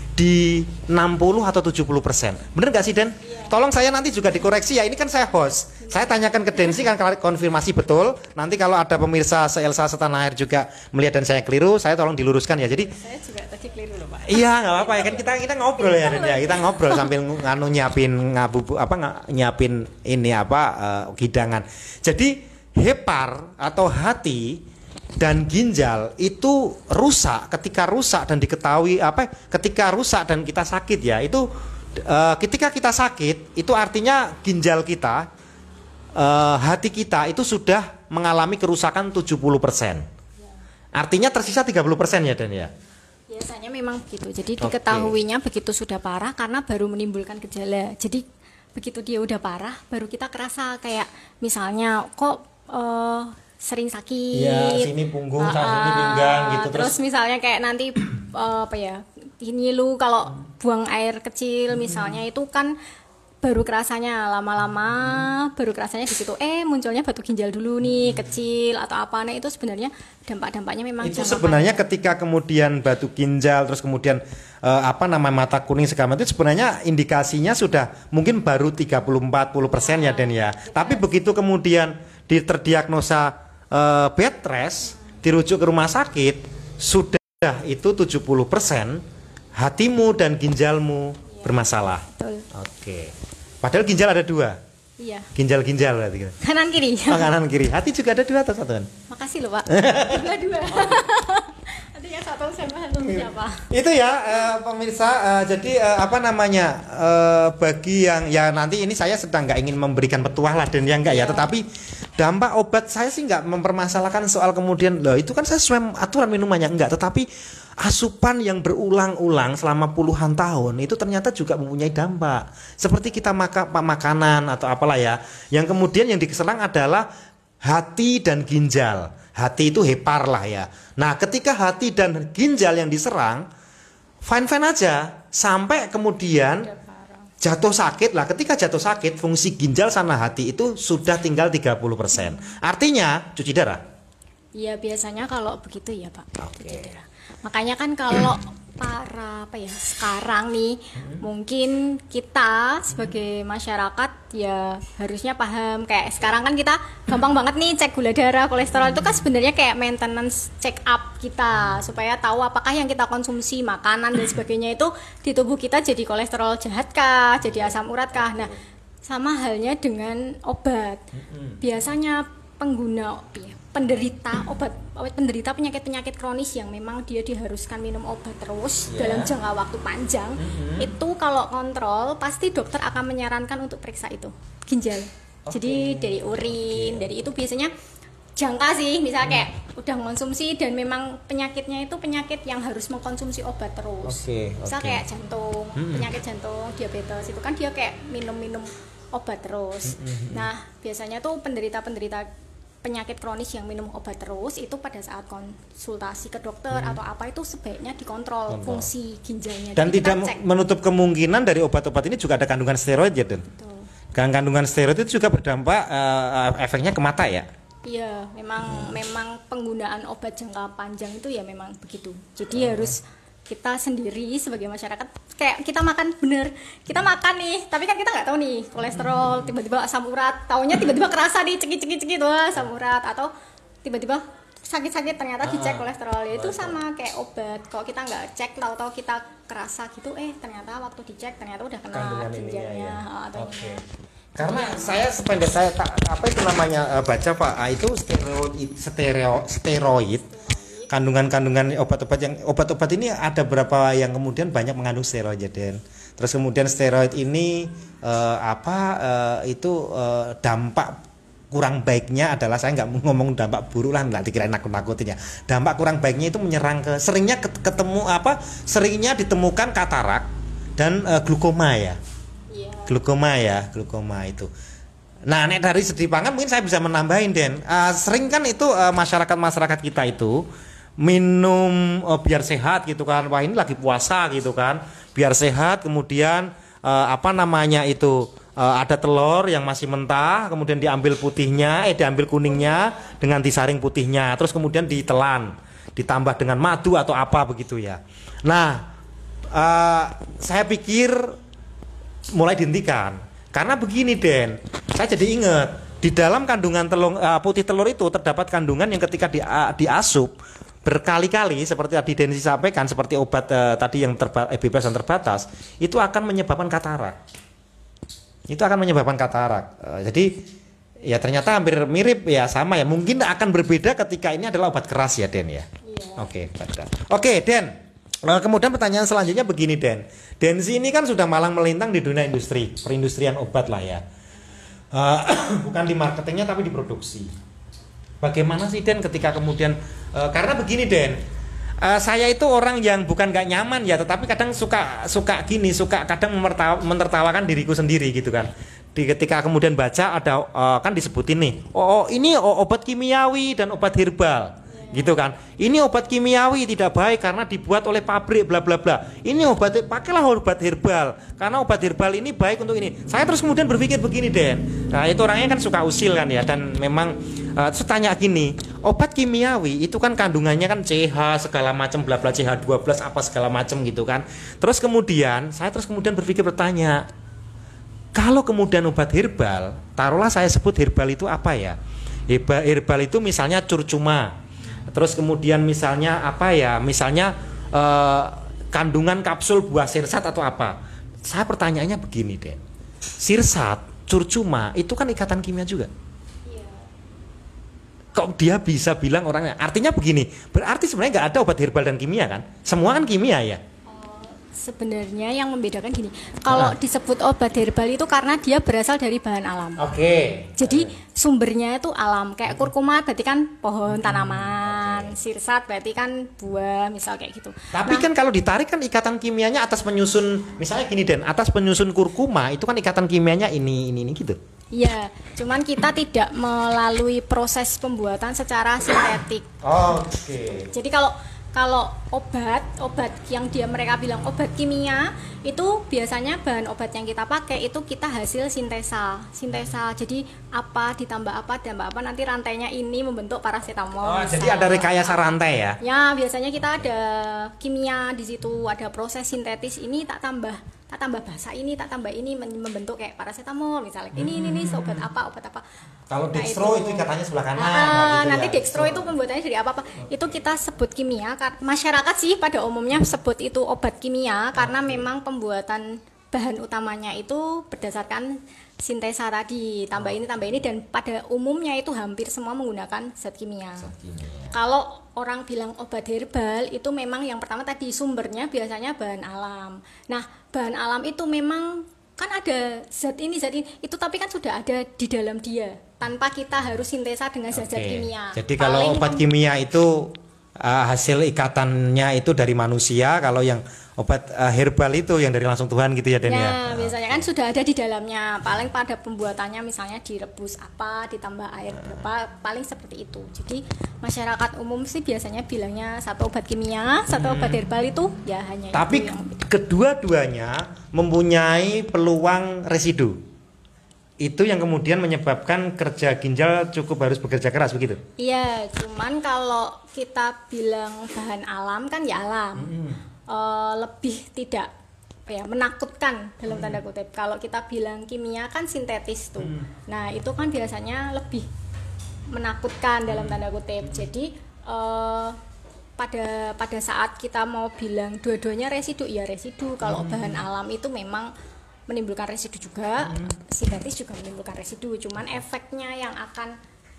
di enam puluh atau tujuh puluh persen. Bener gak sih Den? Iya. Tolong saya nanti juga dikoreksi ya, ini kan saya host. Saya tanyakan ke Densi kan konfirmasi betul. Nanti kalau ada pemirsa se-Elsa Setanah Air juga melihat dan saya keliru, saya tolong diluruskan ya. Jadi saya juga tadi keliru loh Pak. Iya nggak apa-apa ya kan kita kita ngobrol ya Den ya. Kita ngobrol sambil nganu nyiapin ngabubu apa nyiapin ini apa uh, hidangan. Jadi hepar atau hati dan ginjal itu rusak. Ketika rusak dan diketahui apa ketika rusak dan kita sakit ya itu uh, ketika kita sakit itu artinya ginjal kita uh, hati kita itu sudah mengalami kerusakan tujuh puluh persen. Artinya tersisa tiga puluh persen ya Den ya. Biasanya memang begitu. Jadi diketahuinya okay. begitu sudah parah karena baru menimbulkan gejala. Jadi begitu dia udah parah baru kita kerasa kayak misalnya kok uh, sering sakit. Iya, sini punggung, uh, sini pinggang gitu terus. Terus misalnya kayak nanti uh, apa ya? Ini lu kalau buang air kecil misalnya itu kan baru kerasanya lama-lama hmm. baru kerasanya di situ eh munculnya batu ginjal dulu nih kecil atau apa nih itu sebenarnya dampak-dampaknya memang itu sebenarnya panjang. Ketika kemudian batu ginjal terus kemudian uh, apa nama mata kuning segala itu sebenarnya indikasinya sudah mungkin baru tiga puluh sampai empat puluh persen ya Den ya. Kita tapi harus. Begitu kemudian terdiagnosa uh, bed rest dirujuk ke rumah sakit sudah itu tujuh puluh persen hatimu dan ginjalmu iya. bermasalah. Betul. Oke. Padahal ginjal ada dua. Iya. Ginjal-ginjal berarti. Kanan kiri. Oh, kanan kiri. Hati juga ada dua atau satu kan? Makasih loh Pak. Dua-dua. Nanti yang satu saya tahu siapa. Itu ya uh, pemirsa. Uh, jadi uh, apa namanya uh, bagi yang ya nanti ini saya sedang nggak ingin memberikan petuah lah dan yang enggak ya. ya. Tetapi dampak obat saya sih nggak mempermasalahkan soal kemudian loh itu kan saya sesuai aturan minumannya enggak. Tetapi asupan yang berulang-ulang selama puluhan tahun itu ternyata juga mempunyai dampak. Seperti kita makan makanan atau apalah ya. Yang kemudian yang diserang adalah hati dan ginjal. Hati itu hepar lah ya. Nah, ketika hati dan ginjal yang diserang, fine-fine aja sampai kemudian jatuh sakit lah. Ketika jatuh sakit, fungsi ginjal sama hati itu sudah tinggal tiga puluh persen. Artinya cuci darah. Iya, biasanya kalau begitu ya, Pak. Oke. Okay. Makanya kan kalau para apa ya sekarang nih hmm. mungkin kita sebagai masyarakat ya harusnya paham kayak sekarang kan kita gampang banget nih cek gula darah, kolesterol itu kan sebenarnya kayak maintenance check up kita supaya tahu apakah yang kita konsumsi makanan dan sebagainya itu di tubuh kita jadi kolesterol jahat kah, jadi asam urat kah. Nah, sama halnya dengan obat. Biasanya pengguna ya, penderita obat penderita penyakit-penyakit kronis yang memang dia diharuskan minum obat terus yeah. dalam jangka waktu panjang mm-hmm. itu kalau kontrol pasti dokter akan menyarankan untuk periksa itu ginjal. Okay. Jadi dari urin, okay. dari itu biasanya jangka sih, misalnya kayak mm. udah mengkonsumsi dan memang penyakitnya itu penyakit yang harus mengkonsumsi obat terus. Okay. Misal okay. kayak jantung, mm-hmm. penyakit jantung, diabetes itu kan dia kayak minum-minum obat terus. Mm-hmm. Nah, biasanya tuh penderita-penderita penyakit kronis yang minum obat terus itu pada saat konsultasi ke dokter hmm. atau apa itu sebaiknya dikontrol Kontrol. fungsi ginjalnya dan tidak menutup kemungkinan dari obat-obat ini juga ada kandungan steroid ya Den. Kan kandungan steroid itu juga berdampak uh, efeknya ke mata ya. Iya, memang hmm. memang penggunaan obat jangka panjang itu ya memang begitu. Jadi hmm. harus kita sendiri sebagai masyarakat kayak kita makan bener kita makan nih tapi kan kita nggak tahu nih kolesterol tiba-tiba asam urat taunya tiba-tiba kerasa nih cekik-cekik tuh asam urat atau tiba-tiba sakit-sakit ternyata dicek kolesterol itu sama kayak obat kalau kita nggak cek tahu-tahu kita kerasa gitu eh ternyata waktu dicek ternyata udah kena ginjalnya ya. atau okay. Karena saya sependek saya apa itu namanya baca Pak itu steroid steroid steroid kandungan-kandungan obat-obat yang obat-obat ini ada berapa yang kemudian banyak mengandung steroid ya Den. Terus kemudian steroid ini uh, apa uh, itu uh, dampak kurang baiknya adalah saya nggak ngomong dampak buruk lah nggak dikirain nakut-nakutin ya. Dampak kurang baiknya itu menyerang ke seringnya ketemu apa seringnya ditemukan katarak dan uh, glukoma ya. Yeah. Glukoma ya, glukoma itu. Nah, nek dari segi pangan mungkin saya bisa menambahin Den. Uh, sering kan itu uh, masyarakat-masyarakat kita itu minum oh, biar sehat gitu kan. Wah, ini lagi puasa gitu kan. Biar sehat kemudian uh, apa namanya itu uh, ada telur yang masih mentah, kemudian diambil putihnya, eh diambil kuningnya dengan disaring putihnya, terus kemudian ditelan, ditambah dengan madu atau apa begitu ya. Nah, uh, saya pikir mulai dihentikan. Karena begini Den, saya jadi ingat di dalam kandungan telur, uh, putih telur itu terdapat kandungan yang ketika di, uh, diasup berkali-kali seperti tadi Densi sampaikan seperti obat uh, tadi yang terba- eh, bebas dan terbatas itu akan menyebabkan katarak. Itu akan menyebabkan katarak. Uh, jadi ya ternyata hampir mirip ya sama ya. Mungkin akan berbeda ketika ini adalah obat keras ya Den ya. Iya. Oke, okay, Oke Den. Nah, kemudian pertanyaan selanjutnya begini Den. Densi ini kan sudah malang melintang di dunia industri, perindustrian obat lah ya. Uh, bukan di marketingnya tapi di produksi. Bagaimana sih Den ketika kemudian uh, karena begini Den, uh, saya itu orang yang bukan gak nyaman ya, tetapi kadang suka suka gini, suka kadang menertawa, menertawakan diriku sendiri gitu kan. Di ketika kemudian baca ada uh, kan disebutin nih, oh, oh ini oh, obat kimiawi dan obat herbal. Gitu kan, ini obat kimiawi tidak baik karena dibuat oleh pabrik bla bla bla. Ini obat, pakailah obat herbal karena obat herbal ini baik untuk ini. Saya terus kemudian berpikir begini Den, nah itu orangnya kan suka usil kan ya, dan memang uh, terus tanya gini, obat kimiawi itu kan kandungannya kan C H segala macam bla bla, C H dua belas apa segala macam gitu kan. Terus kemudian saya terus kemudian berpikir bertanya, kalau kemudian obat herbal, taruhlah saya sebut herbal itu apa ya? Herbal, herbal itu misalnya curcuma. Terus kemudian misalnya apa ya, misalnya eh, kandungan kapsul buah sirsat atau apa. Saya pertanyaannya begini deh, sirsat, curcuma itu kan ikatan kimia juga. Iya. Kok dia bisa bilang orangnya, artinya begini, berarti sebenarnya nggak ada obat herbal dan kimia kan, semua kan kimia ya. Sebenarnya yang membedakan gini, kalau nah. disebut obat herbal itu karena dia berasal dari bahan alam. Oke. Okay. Jadi sumbernya itu alam, kayak kurkuma berarti kan pohon tanaman, okay. Sirsat berarti kan buah, misal kayak gitu. Tapi nah, kan kalau ditarik kan ikatan kimianya atas penyusun, misalnya gini Den, atas penyusun kurkuma itu kan ikatan kimianya ini ini ini gitu. Iya, cuman kita tidak melalui proses pembuatan secara sintetik. Oke. Okay. Jadi kalau Kalau obat, obat yang dia mereka bilang obat kimia itu biasanya bahan obat yang kita pakai itu kita hasil sintesa, sintesa. Jadi apa ditambah apa ditambah apa nanti rantainya ini membentuk paracetamol. Oh, jadi ada rekayasa rantai ya? Ya, biasanya kita ada kimia di situ, ada proses sintetis ini tak tambah, tak tambah basa ini, tak tambah ini membentuk kayak paracetamol misalnya. Ini ini ini obat apa, obat apa. Kalau nah, dextro itu, itu katanya sebelah kanan. Nah, gitu nanti ya. Dextro itu pembuatannya dari apa apa? Itu kita sebut kimia. Masyarakat sih pada umumnya sebut itu obat kimia karena memang pembuatan bahan utamanya itu berdasarkan sintesa tadi, tambah ini tambah ini, dan pada umumnya itu hampir semua menggunakan zat kimia. Zat kimia. Kalau orang bilang obat herbal itu memang yang pertama tadi sumbernya biasanya bahan alam. Nah, bahan alam itu memang kan ada zat ini zat ini itu tapi kan sudah ada di dalam dia tanpa kita harus sintesa dengan zat-zat okay. kimia. Jadi kalau obat kimia itu uh, hasil ikatannya itu dari manusia, kalau yang obat uh, herbal itu yang dari langsung Tuhan gitu ya Den ya. Ya, biasanya kan sudah ada di dalamnya. Paling pada pembuatannya misalnya direbus apa, ditambah air berapa, paling seperti itu. Jadi masyarakat umum sih biasanya bilangnya satu obat kimia, satu hmm. obat herbal itu ya hanya tapi itu yang kedua-duanya mempunyai peluang residu. Itu yang kemudian menyebabkan kerja ginjal cukup harus bekerja keras begitu? Iya, cuman kalau kita bilang bahan alam kan ya alam. Hmm. Uh, lebih tidak ya menakutkan dalam tanda kutip. Kalau kita bilang kimia kan sintetis tuh. Hmm. Nah, itu kan biasanya lebih menakutkan dalam tanda kutip. Jadi uh, pada pada saat kita mau bilang dua-duanya residu, ya residu. Kalau hmm. bahan alam itu memang menimbulkan residu juga, hmm. sintetis juga menimbulkan residu. Cuman efeknya yang akan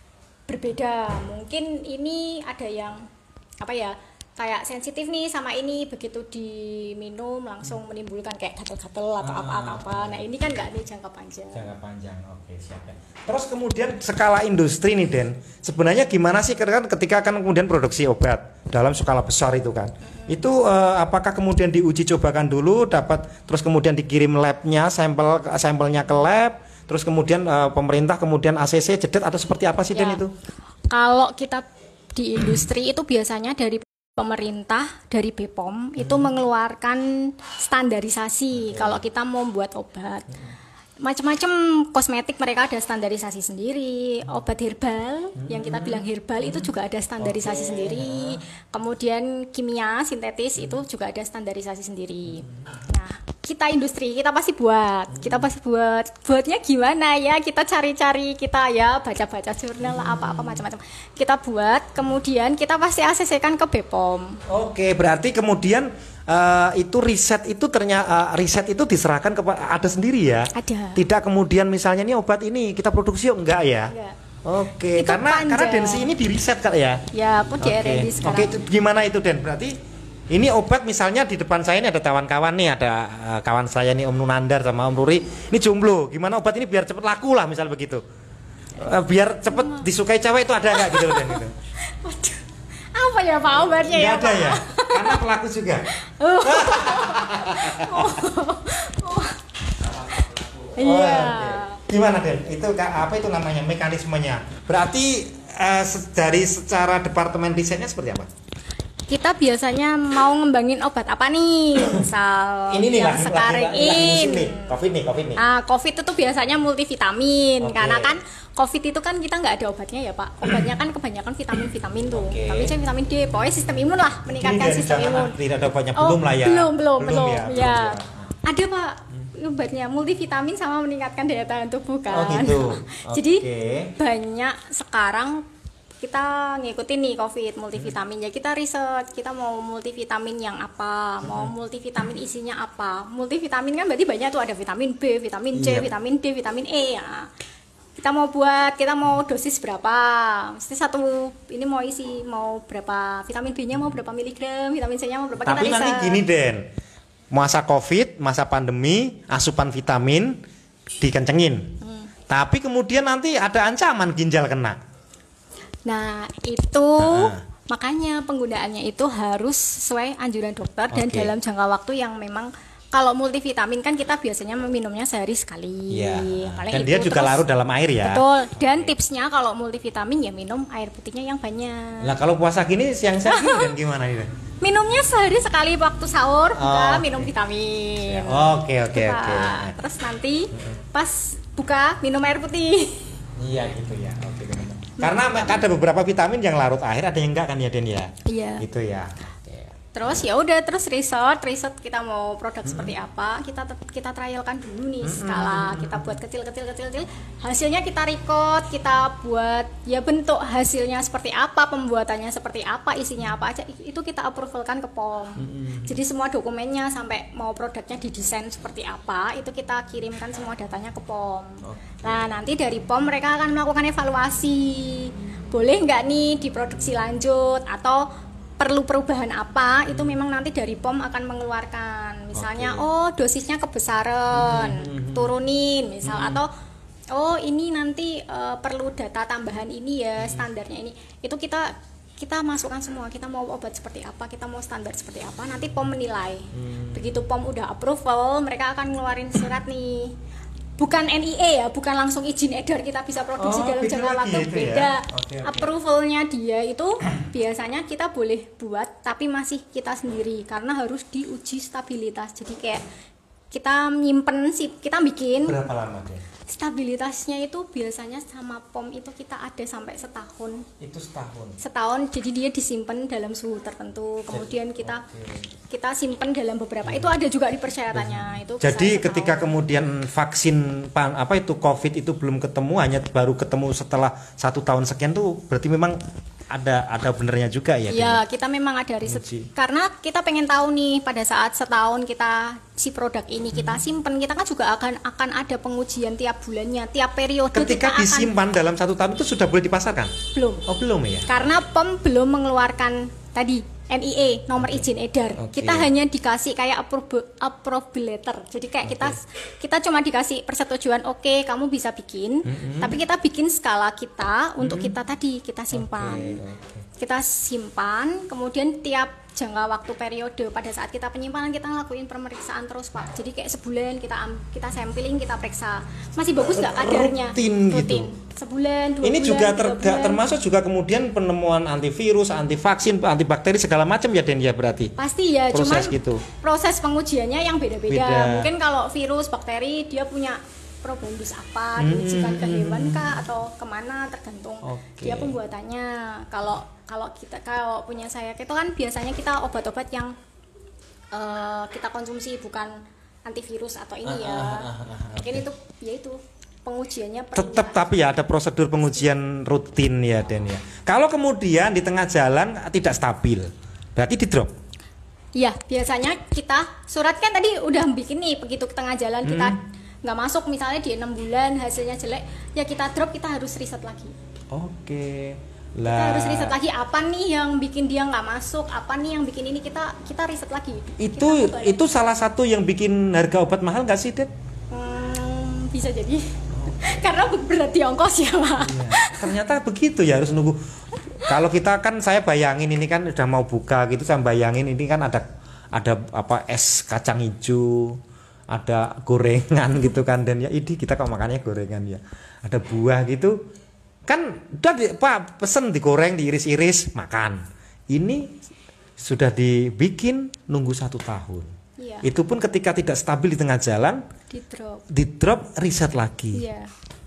berbeda. Mungkin ini ada yang apa ya? Kayak sensitif nih sama ini, begitu diminum langsung menimbulkan kayak gatal-gatal atau ah, apa-apa. Nah ini kan nggak nih jangka panjang. Jangka panjang, oke siap ya. Terus kemudian skala industri nih Den, sebenarnya gimana sih kan ketika kan kemudian produksi obat dalam skala besar itu kan, hmm. itu eh, apakah kemudian diuji cobakan dulu, dapat terus kemudian dikirim labnya, sampel sampelnya ke lab, terus kemudian eh, pemerintah kemudian A C C jedet atau seperti apa sih ya. Den itu? Kalau kita di industri itu biasanya dari pemerintah dari B P O M hmm. itu mengeluarkan standarisasi okay. Kalau kita mau buat obat hmm. macam-macam kosmetik mereka ada standarisasi sendiri, obat herbal hmm. yang kita bilang herbal itu juga ada standarisasi okay. sendiri, kemudian kimia sintetis itu juga ada standarisasi sendiri. Nah, kita industri kita pasti buat, kita pasti buat, buatnya gimana ya? Kita cari-cari, kita ya baca-baca jurnal apa-apa macam-macam. Kita buat, kemudian kita pasti A C C-kan ke B P O M. Oke, berarti kemudian uh, itu riset itu ternyata uh, riset itu diserahkan ke ada sendiri ya? Ada. Tidak kemudian misalnya nih obat ini kita produksi yuk enggak ya? Enggak. Oke, itu karena panjang. Karena Densi ini di riset Kak ya? Ya, aku di R and D sekarang. Oke, gimana itu Den? Berarti ini obat misalnya di depan saya ini ada kawan-kawan nih, ada uh, kawan saya nih Om Nunandar sama Om Ruri, ini jomblo. Gimana obat ini biar cepat laku lah misal begitu. Uh, biar cepet disukai cewek itu ada nggak gitu loh Den gitu. Waduh. Apa ya Pak obatnya ya? Nggak ada Pak? ya, karena pelaku juga. Oh. Oh. Oh. Iya. oke. Gimana Den? Itu ka- apa itu namanya mekanismenya? Berarti uh, se- dari secara departemen risetnya seperti apa? Kita biasanya mau ngembangin obat apa nih? Misal Ini nih yang lagi, sekarang lagi, lagi musim ini. nih, COVID nih, COVID nih. Ah, COVID itu biasanya multivitamin Oke. karena kan COVID itu kan kita nggak ada obatnya ya Pak. Obatnya kan kebanyakan vitamin-vitamin tuh. Oke. Vitamin C, vitamin D, pokoknya sistem imun lah, meningkatkan Ini sistem jangan, imun. tidak ada banyak Oh, belum lah ya. Belum, belum, belum. ya. Ya. belum ya. Ada Pak obatnya multivitamin sama meningkatkan daya tahan tubuh kan. Oh gitu. Jadi Oke. banyak sekarang kita ngikutin nih COVID multivitamin ya, kita riset kita mau multivitamin yang apa, mau multivitamin isinya apa. Multivitamin kan berarti banyak tuh, ada vitamin B, vitamin C, Iya. vitamin D, vitamin E ya. Kita mau buat, kita mau dosis berapa, mesti satu ini mau isi mau berapa, vitamin B nya mau berapa miligram, vitamin C nya mau berapa. Tapi kita nanti riset. gini Den, masa COVID, masa pandemi, asupan vitamin dikencengin. Hmm. Tapi kemudian nanti ada ancaman ginjal kena. Nah, itu Ah. makanya penggunaannya itu harus sesuai anjuran dokter dan Oke. dalam jangka waktu yang memang, kalau multivitamin kan kita biasanya meminumnya sehari sekali. Iya. Paling Dan itu dia juga terus- larut dalam air ya. Betul. Dan tipsnya kalau multivitamin ya minum air putihnya yang banyak. Nah kalau puasa gini siang-siang gini Dan gimana ini Den? Minumnya sehari sekali waktu sahur, buka Oh, minum oke. vitamin. Oke oke Gitu, oke. Pak. Terus nanti pas buka minum air putih. Iya gitu ya. Oke benar. Karena ada beberapa vitamin yang larut air, ada yang enggak kan ya Den ya. Iya. Gitu ya. Oke. Terus ya udah, terus riset, riset kita mau produk seperti apa, kita tet- kita trialkan dulu nih skala, kita buat kecil-kecil kecil-kecil, hasilnya kita record, kita buat ya bentuk hasilnya seperti apa, pembuatannya seperti apa, isinya apa aja, itu kita approvalkan ke P O M. Jadi semua dokumennya sampai mau produknya didesain seperti apa, itu kita kirimkan semua datanya ke P O M. Nah nanti dari P O M mereka akan melakukan evaluasi, boleh nggak nih diproduksi lanjut atau perlu perubahan apa, itu memang nanti dari P O M akan mengeluarkan misalnya Oke. oh dosisnya kebesaran, turunin misal, atau oh ini nanti eh, perlu data tambahan ini ya, standarnya ini, itu kita kita masukkan semua, kita mau obat seperti apa, kita mau standar seperti apa, nanti P O M menilai. Begitu P O M udah approval, mereka akan ngeluarin surat nih, bukan N I E ya, bukan langsung izin edar kita bisa produksi Oh, dalam beda jangka lagi waktu, itu ya? beda. Oke, oke. Approvalnya dia itu biasanya kita boleh buat tapi masih kita sendiri karena harus diuji stabilitas. Jadi kayak kita nyimpen sih, kita bikin Berapa lama Den? stabilitasnya itu biasanya sama P O M itu kita ada sampai setahun. Itu setahun. Setahun, jadi dia disimpan dalam suhu tertentu. Kemudian kita Oke. kita simpan dalam beberapa. Itu ada juga di persyaratannya. Itu bisa Jadi setahun. ketika kemudian vaksin pan, apa itu COVID itu belum ketemu, hanya baru ketemu setelah satu tahun sekian tuh, berarti memang ada ada benernya juga ya. Den? Ya, kita memang ada riset. Uji. Karena kita pengen tahu nih pada saat setahun kita si produk ini kita simpen, kita kan juga akan akan ada pengujian tiap bulannya, tiap periode Ketika kita akan disimpan dalam satu tahun itu sudah boleh dipasarkan? belum. Oh belum ya? Karena P O M belum mengeluarkan tadi N I E nomor izin edar. Oke. Kita hanya dikasih kayak approve approve letter. Jadi kayak kita kita cuma dikasih persetujuan, oke kamu bisa bikin, tapi kita bikin skala kita untuk kita tadi kita simpan. Oke, oke. Kita simpan, kemudian tiap jangka waktu periode pada saat kita penyimpanan kita ngelakuin pemeriksaan terus Pak. Jadi kayak sebulan kita am- kita sampling, kita periksa masih bagus nggak kadarnya. Rutin gitu. Sebulan, dua Ini bulan, juga tiga ter- bulan. termasuk juga kemudian penemuan antivirus, antivaksin, antibakteri segala macam ya Den ya berarti. Pasti ya, Proses cuman gitu. proses pengujiannya yang beda-beda. Beda. Mungkin kalau virus, bakteri dia punya probandus apa, diujikan ke hewan kah atau kemana, tergantung Oke. dia pembuatannya. Kalau kalau kita kalau punya saya itu kan biasanya kita obat-obat yang eh, kita konsumsi bukan antivirus atau ini ya. Mungkin itu ya itu pengujiannya per Tetap tapi ya ada prosedur pengujian rutin ya Den ya. Kalau kemudian di tengah jalan tidak stabil, berarti di drop. Iya, biasanya kita surat kan tadi udah bikin nih, begitu ke tengah jalan kita nggak masuk misalnya di enam bulan hasilnya jelek, ya kita drop, kita harus riset lagi. Oke. Kita Lah. harus riset lagi apa nih yang bikin dia nggak masuk, apa nih yang bikin ini, kita kita riset lagi. Itu Kita coba itu salah satu yang bikin harga obat mahal nggak sih Den? Hmm, bisa jadi. Karena berat di ongkos ya Pak. Iya. Ternyata begitu ya, harus nunggu. Kalau kita kan saya bayangin ini kan udah mau buka gitu, saya bayangin ini kan ada ada apa es kacang hijau, ada gorengan gitu kan, dan ya ini kita kok makannya gorengan ya. Ada buah gitu. Kan udah di, Pak pesen digoreng, diiris-iris, makan. Ini sudah dibikin nunggu satu tahun. Iya. Itu pun ketika tidak stabil di tengah jalan, Di drop. di drop riset lagi. Iya.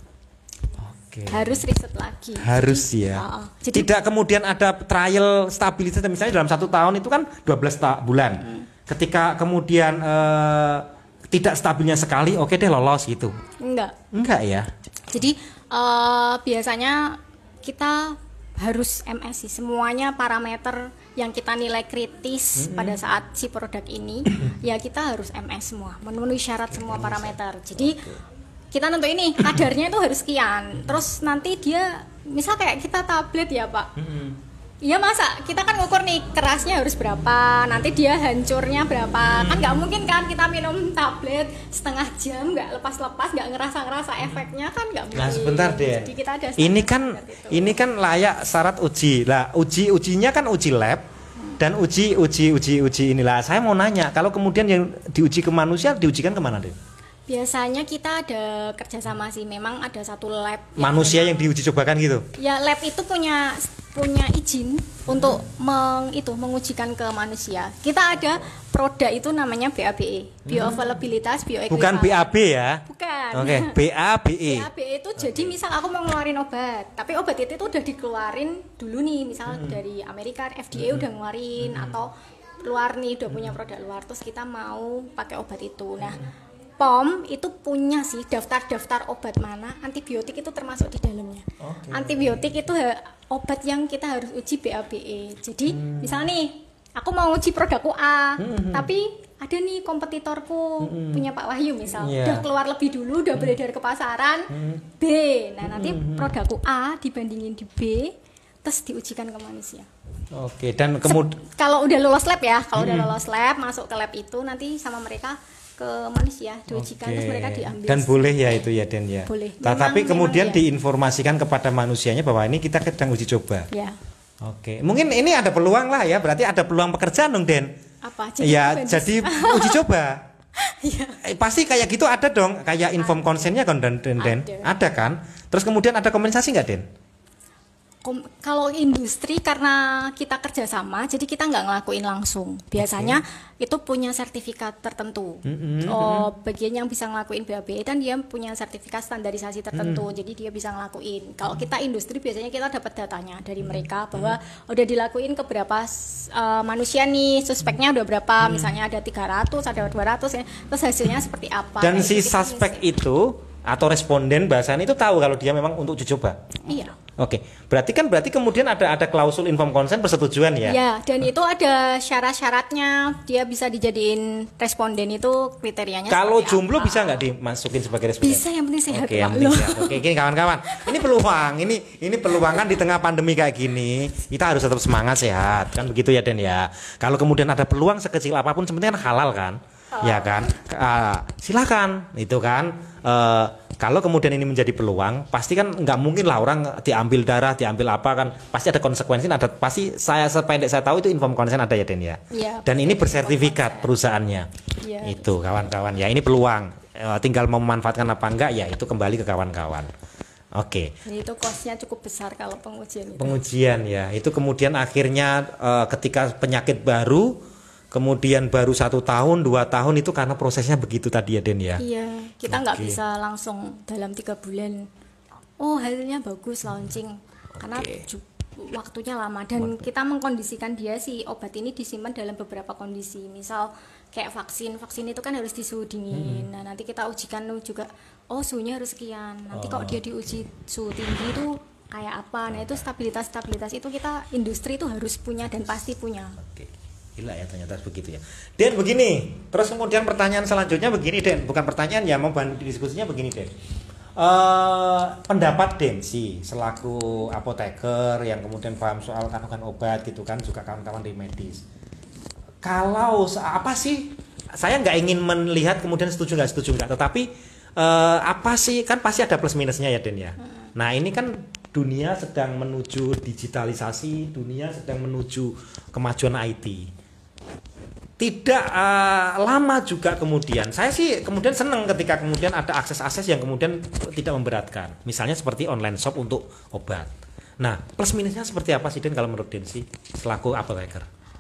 Oke. Harus riset lagi. Harus Jadi, ya. uh, uh. Jadi Tidak kemudian ada trial stabilitas misalnya dalam satu tahun itu kan dua belas ta- bulan. Hmm. Ketika kemudian eh, tidak stabilnya sekali, oke deh lolos gitu. enggak. Enggak ya. Jadi uh, biasanya kita harus M S sih, semuanya parameter yang kita nilai kritis mm-hmm. pada saat si produk ini ya kita harus M S semua, memenuhi syarat semua parameter. Jadi kita nentu ini kadarnya itu harus sekian. Terus nanti dia misal kayak kita tablet ya Pak. Mm-hmm. Iya masa kita kan ngukur nih kerasnya harus berapa, nanti dia hancurnya berapa. Kan nggak mungkin kan kita minum tablet setengah jam nggak lepas-lepas, nggak ngerasa-ngerasa efeknya kan nggak mungkin. Nah sebentar deh. Jadi kita ada ini kan ini kan layak syarat uji. Lah uji ujinya kan uji lab hmm. dan uji uji uji uji inilah. Saya mau nanya kalau kemudian yang diuji ke manusia diujikan kemana deh? Biasanya kita ada kerjasama sih, memang ada satu lab manusia yang, yang diuji cobakan gitu. Ya lab itu punya punya izin untuk meng, itu mengujikan ke manusia. Kita ada produk itu namanya B A B E, bioavailabilitas, bioequivalence. Bukan B A B ya? Bukan. Oke, okay. B A B E. B A B E itu okay. Jadi misal aku mau ngeluarin obat, tapi obat itu tuh udah dikeluarin dulu nih, misal hmm. dari Amerika F D A hmm. udah ngeluarin hmm. atau luar nih udah punya produk luar, terus kita mau pakai obat itu. Nah, P O M itu punya sih daftar-daftar obat mana antibiotik itu termasuk di dalamnya. Okay. Antibiotik itu ha, obat yang kita harus uji B A B E. Jadi hmm. misalnya nih aku mau uji produkku A, hmm. tapi ada nih kompetitorku hmm. punya Pak Wahyu misal, yeah. udah keluar lebih dulu, udah beredar ke pasaran hmm. B. Nah nanti hmm. produkku A dibandingin di B, terus diujikan ke manusia. Oke, okay. Dan kemudian kalau udah lolos lab ya, kalau hmm. udah lolos lab masuk ke lab itu nanti sama mereka ke manusia diujikan okay. terus mereka diambil. Dan boleh ya itu ya Den ya. Boleh. Nah, memang, tapi kemudian ya. diinformasikan kepada manusianya bahwa ini kita sedang uji coba. Ya. Oke. Mungkin ini ada peluang lah ya. Berarti ada peluang pekerjaan dong Den. Apa? Jadi ya jadi uji coba. Ya. Eh, pasti kayak gitu ada dong. Kayak inform konsennya kan Den Den. Den. Ada. ada kan? Terus kemudian ada kompensasi nggak Den? Kom- kalau industri karena kita kerjasama, jadi kita nggak ngelakuin langsung. Biasanya okay. itu punya sertifikat tertentu. Mm-hmm. Oh, bagian yang bisa ngelakuin B A B E dan dia punya sertifikat standarisasi tertentu, mm. jadi dia bisa ngelakuin. Kalau kita industri biasanya kita dapat datanya dari mereka bahwa mm. udah dilakuin ke berapa uh, manusia nih, suspeknya udah berapa, mm. misalnya ada tiga ratus, ada dua ratus ya. Terus hasilnya seperti apa? Dan si suspek itu atau responden bahasanya itu tahu kalau dia memang untuk uji coba. Iya. Oke, berarti kan berarti kemudian ada ada klausul inform consent persetujuan ya? Ya, dan itu ada syarat-syaratnya. Dia bisa dijadiin responden itu kriterianya. Kalau jomblo apa? Bisa nggak dimasukin sebagai responden? Bisa, yang penting sehat. Oke, yang penting sehat. Oke, gini kawan-kawan, ini peluang, ini ini peluang kan di tengah pandemi kayak gini, kita harus tetap semangat sehat, kan begitu ya Den ya. Kalau kemudian ada peluang sekecil apapun, sebenarnya kan halal kan? Oh. Ya kan, uh, silakan itu kan. Uh, kalau kemudian ini menjadi peluang, pasti kan nggak mungkin lah orang diambil darah, diambil apa kan, pasti ada konsekuensi, ada pasti saya sependek saya tahu itu inform consent ada ya Den ya. Ya, dan ini bersertifikat perusahaannya. Ya, itu kawan-kawan ya, ini peluang. Uh, tinggal memanfaatkan apa enggak ya itu kembali ke kawan-kawan. Oke. Okay. Itu kosnya cukup besar kalau pengujian itu. Pengujian ya, itu kemudian akhirnya uh, ketika penyakit baru. Kemudian baru satu tahun, dua tahun itu karena prosesnya begitu tadi ya Den ya. Iya, kita nggak okay. bisa langsung dalam tiga bulan. Oh hasilnya bagus launching, okay. karena ju- waktunya lama dan Waktu. kita mengkondisikan dia si obat ini disimpan dalam beberapa kondisi. Misal kayak vaksin, vaksin itu kan harus di suhu dingin. Hmm. Nah nanti kita ujikan juga, oh suhunya harus sekian. Nanti oh. kalau dia diuji suhu tinggi itu kayak apa? Nah itu stabilitas-stabilitas itu kita industri itu harus punya dan pasti punya. Okay. Gila ya ternyata begitu ya. Den begini, terus kemudian pertanyaan selanjutnya begini Den, bukan pertanyaan ya, mau bantu diskusinya begini Den. Uh, pendapat Den sih selaku apoteker yang kemudian paham soal kandungan obat gitu kan, juga kawan-kawan di medis. Kalau apa sih? Saya nggak ingin melihat kemudian setuju nggak setuju nggak, tetapi uh, apa sih, kan pasti ada plus minusnya ya Den ya. Hmm. Nah ini kan dunia sedang menuju digitalisasi, dunia sedang menuju kemajuan I T. Tidak uh, lama juga kemudian, saya sih kemudian senang ketika kemudian ada akses-akses yang kemudian tidak memberatkan. Misalnya seperti online shop untuk obat. Nah, plus minusnya seperti apa sih Den kalau menurut Den sih selaku apoteker?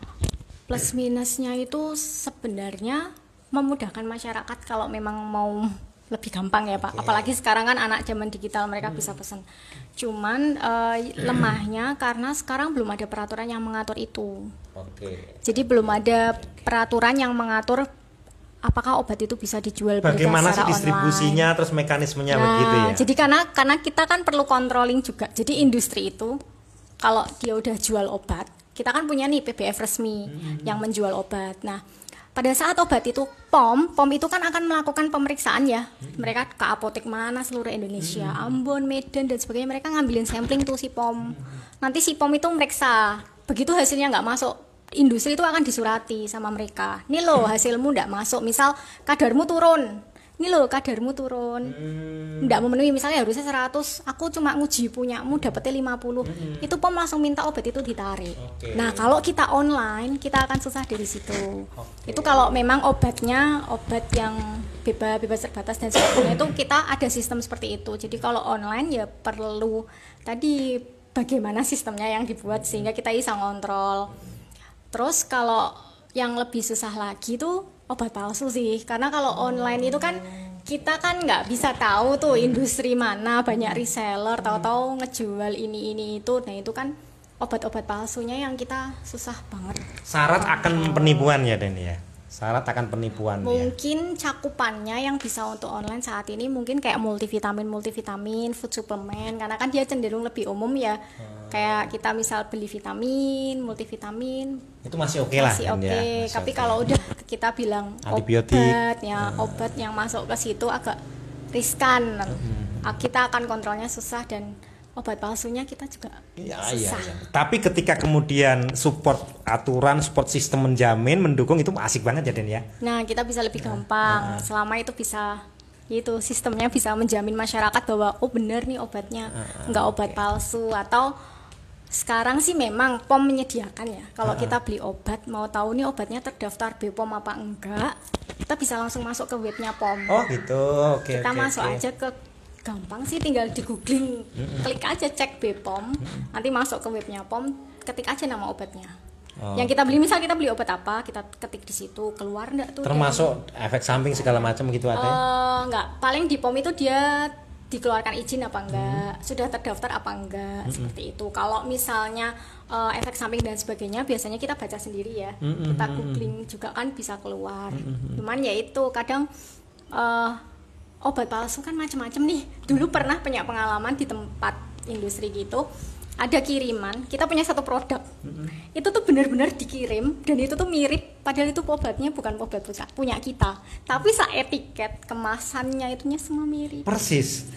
Plus minusnya itu sebenarnya memudahkan masyarakat kalau memang mau lebih gampang ya Pak. Okay. Apalagi sekarang kan anak zaman digital, mereka hmm. bisa pesan. Cuman uh, lemahnya karena sekarang belum ada peraturan yang mengatur itu. Oke. Okay. Jadi belum ada peraturan yang mengatur apakah obat itu bisa dijual bagaimana secara sih distribusinya online. Terus mekanismenya nah, begitu ya. Jadi karena karena kita kan perlu controlling juga. Jadi industri itu kalau dia udah jual obat, kita kan punya nih P B F resmi hmm. yang menjual obat. Nah, pada saat obat itu P O M, P O M itu kan akan melakukan pemeriksaan ya. Hmm. Mereka ke apotek mana seluruh Indonesia, hmm. Ambon, Medan dan sebagainya, mereka ngambilin sampling tuh si P O M. Hmm. Nanti si P O M itu meriksa. Begitu hasilnya nggak masuk, industri itu akan disurati sama mereka. Nih loh hasilmu nggak masuk, misal kadarmu turun. Ini loh kadarmu turun, hmm. nggak memenuhi, misalnya harusnya seratus, aku cuma nguji punyamu dapetnya lima puluh, hmm. itu P O M langsung minta obat itu ditarik. Okay. Nah kalau kita online kita akan susah dari situ. Okay. Itu kalau memang obatnya obat yang bebas bebas terbatas dan sebagainya itu kita ada sistem seperti itu. Jadi kalau online ya perlu tadi bagaimana sistemnya yang dibuat sehingga kita bisa ngontrol. Terus kalau yang lebih susah lagi tuh obat palsu sih, karena kalau online itu kan kita kan nggak bisa tahu tuh industri mana, banyak reseller tahu-tahu ngejual ini ini itu. Nah itu kan obat-obat palsunya yang kita susah banget. Syarat akan penipuan ya Den ya. Syarat akan penipuan. Mungkin ya. Cakupannya yang bisa untuk online saat ini mungkin kayak multivitamin, multivitamin, food suplemen, karena kan dia cenderung lebih umum ya. Hmm. Kayak kita misal beli vitamin, multivitamin. Itu masih oke okay lah. Masih oke. Okay. Ya, tapi okay. Kalau udah kita bilang antibiotik, obat, ya hmm. obat yang masuk ke situ agak riskan. Hmm. Kita akan kontrolnya susah dan obat palsunya kita juga ya, susah. Ya, ya. Tapi ketika kemudian support aturan, support sistem menjamin, mendukung, itu asik banget ya Den ya. Nah kita bisa lebih gampang, nah. selama itu bisa, itu sistemnya bisa menjamin masyarakat bahwa oh benar nih obatnya, nah, nggak obat okay. palsu. Atau sekarang sih memang P O M menyediakan ya, kalau nah. kita beli obat, mau tahu nih obatnya terdaftar B P O M apa enggak, kita bisa langsung masuk ke webnya P O M. Oh gitu, oke. Okay, kita okay, masuk okay. aja ke gampang sih, tinggal di googling, mm-hmm. klik aja cek B P O M, mm-hmm. nanti masuk ke webnya P O M, ketik aja nama obatnya. Oh. Yang kita beli, misal kita beli obat apa, kita ketik di situ, keluar enggak tuh? Termasuk yang, efek samping segala macam gitu ada? Uh, enggak, paling di P O M itu dia dikeluarkan izin apa enggak, hmm. sudah terdaftar apa enggak, hmm. seperti itu. Kalau misalnya uh, efek samping dan sebagainya, biasanya kita baca sendiri ya, hmm. kita googling juga kan bisa keluar. Hmm. Cuman ya itu kadang uh, obat palsu kan macam-macam nih. Dulu pernah punya pengalaman di tempat industri gitu, ada kiriman, kita punya satu produk, mm-hmm. itu tuh benar-benar dikirim dan itu tuh mirip, padahal itu obatnya bukan obat punya kita, tapi sa etiket kemasannya itunya semua mirip. Persis.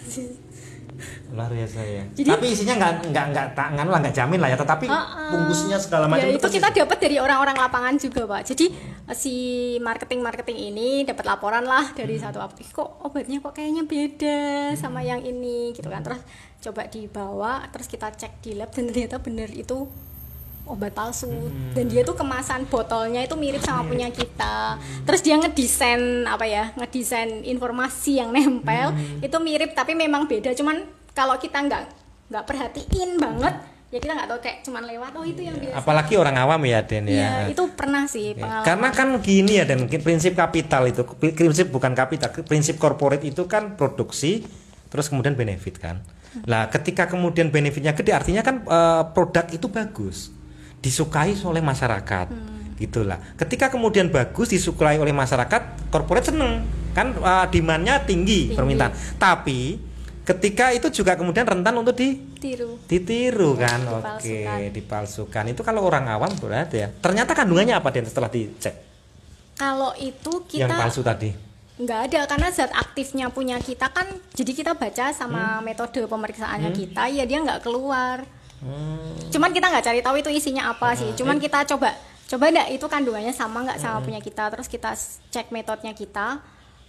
Luar biasa ya. Jadi, tapi isinya nggak nggak nggak tangan lah, nggak jamin lah ya, tetapi uh, uh, bungkusnya segala macam ya, itu kita dapat dari orang-orang lapangan juga Pak. Jadi si marketing marketing ini dapat laporan lah dari hmm. satu apotek, kok obatnya kok kayaknya beda hmm. sama yang ini gitu kan. Terus coba dibawa, terus kita cek di lab dan ternyata benar itu obat palsu. Hmm. Dan dia tuh kemasan botolnya itu mirip sama punya kita. Terus dia ngedesain apa ya, ngedesain informasi yang nempel hmm. itu mirip tapi memang beda. Cuman kalau kita nggak nggak perhatiin banget, ya kita nggak tahu, kayak cuman lewat oh itu yang biasa. Apalagi orang awam ya Den ya. Iya, itu pernah sih pengalaman. Karena kan gini ya Dan, prinsip kapital itu, prinsip bukan kapital, prinsip corporate itu kan produksi terus kemudian benefit kan. Lah ketika kemudian benefitnya gede, artinya kan uh, produk itu bagus, disukai oleh masyarakat, hmm. gitulah. Ketika kemudian bagus disukai oleh masyarakat, corporate seneng kan, uh, demandnya tinggi, tinggi permintaan. Tapi ketika itu juga kemudian rentan untuk ditiru, ditiru ya, kan, oke, dipalsukan. dipalsukan. Itu kalau orang awam berarti ya. Ternyata kandungannya apa Den setelah dicek? Kalau itu kita yang palsu tadi nggak ada, karena zat aktifnya punya kita kan, jadi kita baca sama hmm. metode pemeriksaannya hmm. kita, ya dia nggak keluar. Hmm. Cuman kita nggak cari tahu itu isinya apa hmm. sih. Cuman kita coba coba enggak itu kandungannya sama nggak sama hmm. punya kita. Terus kita cek metodenya kita,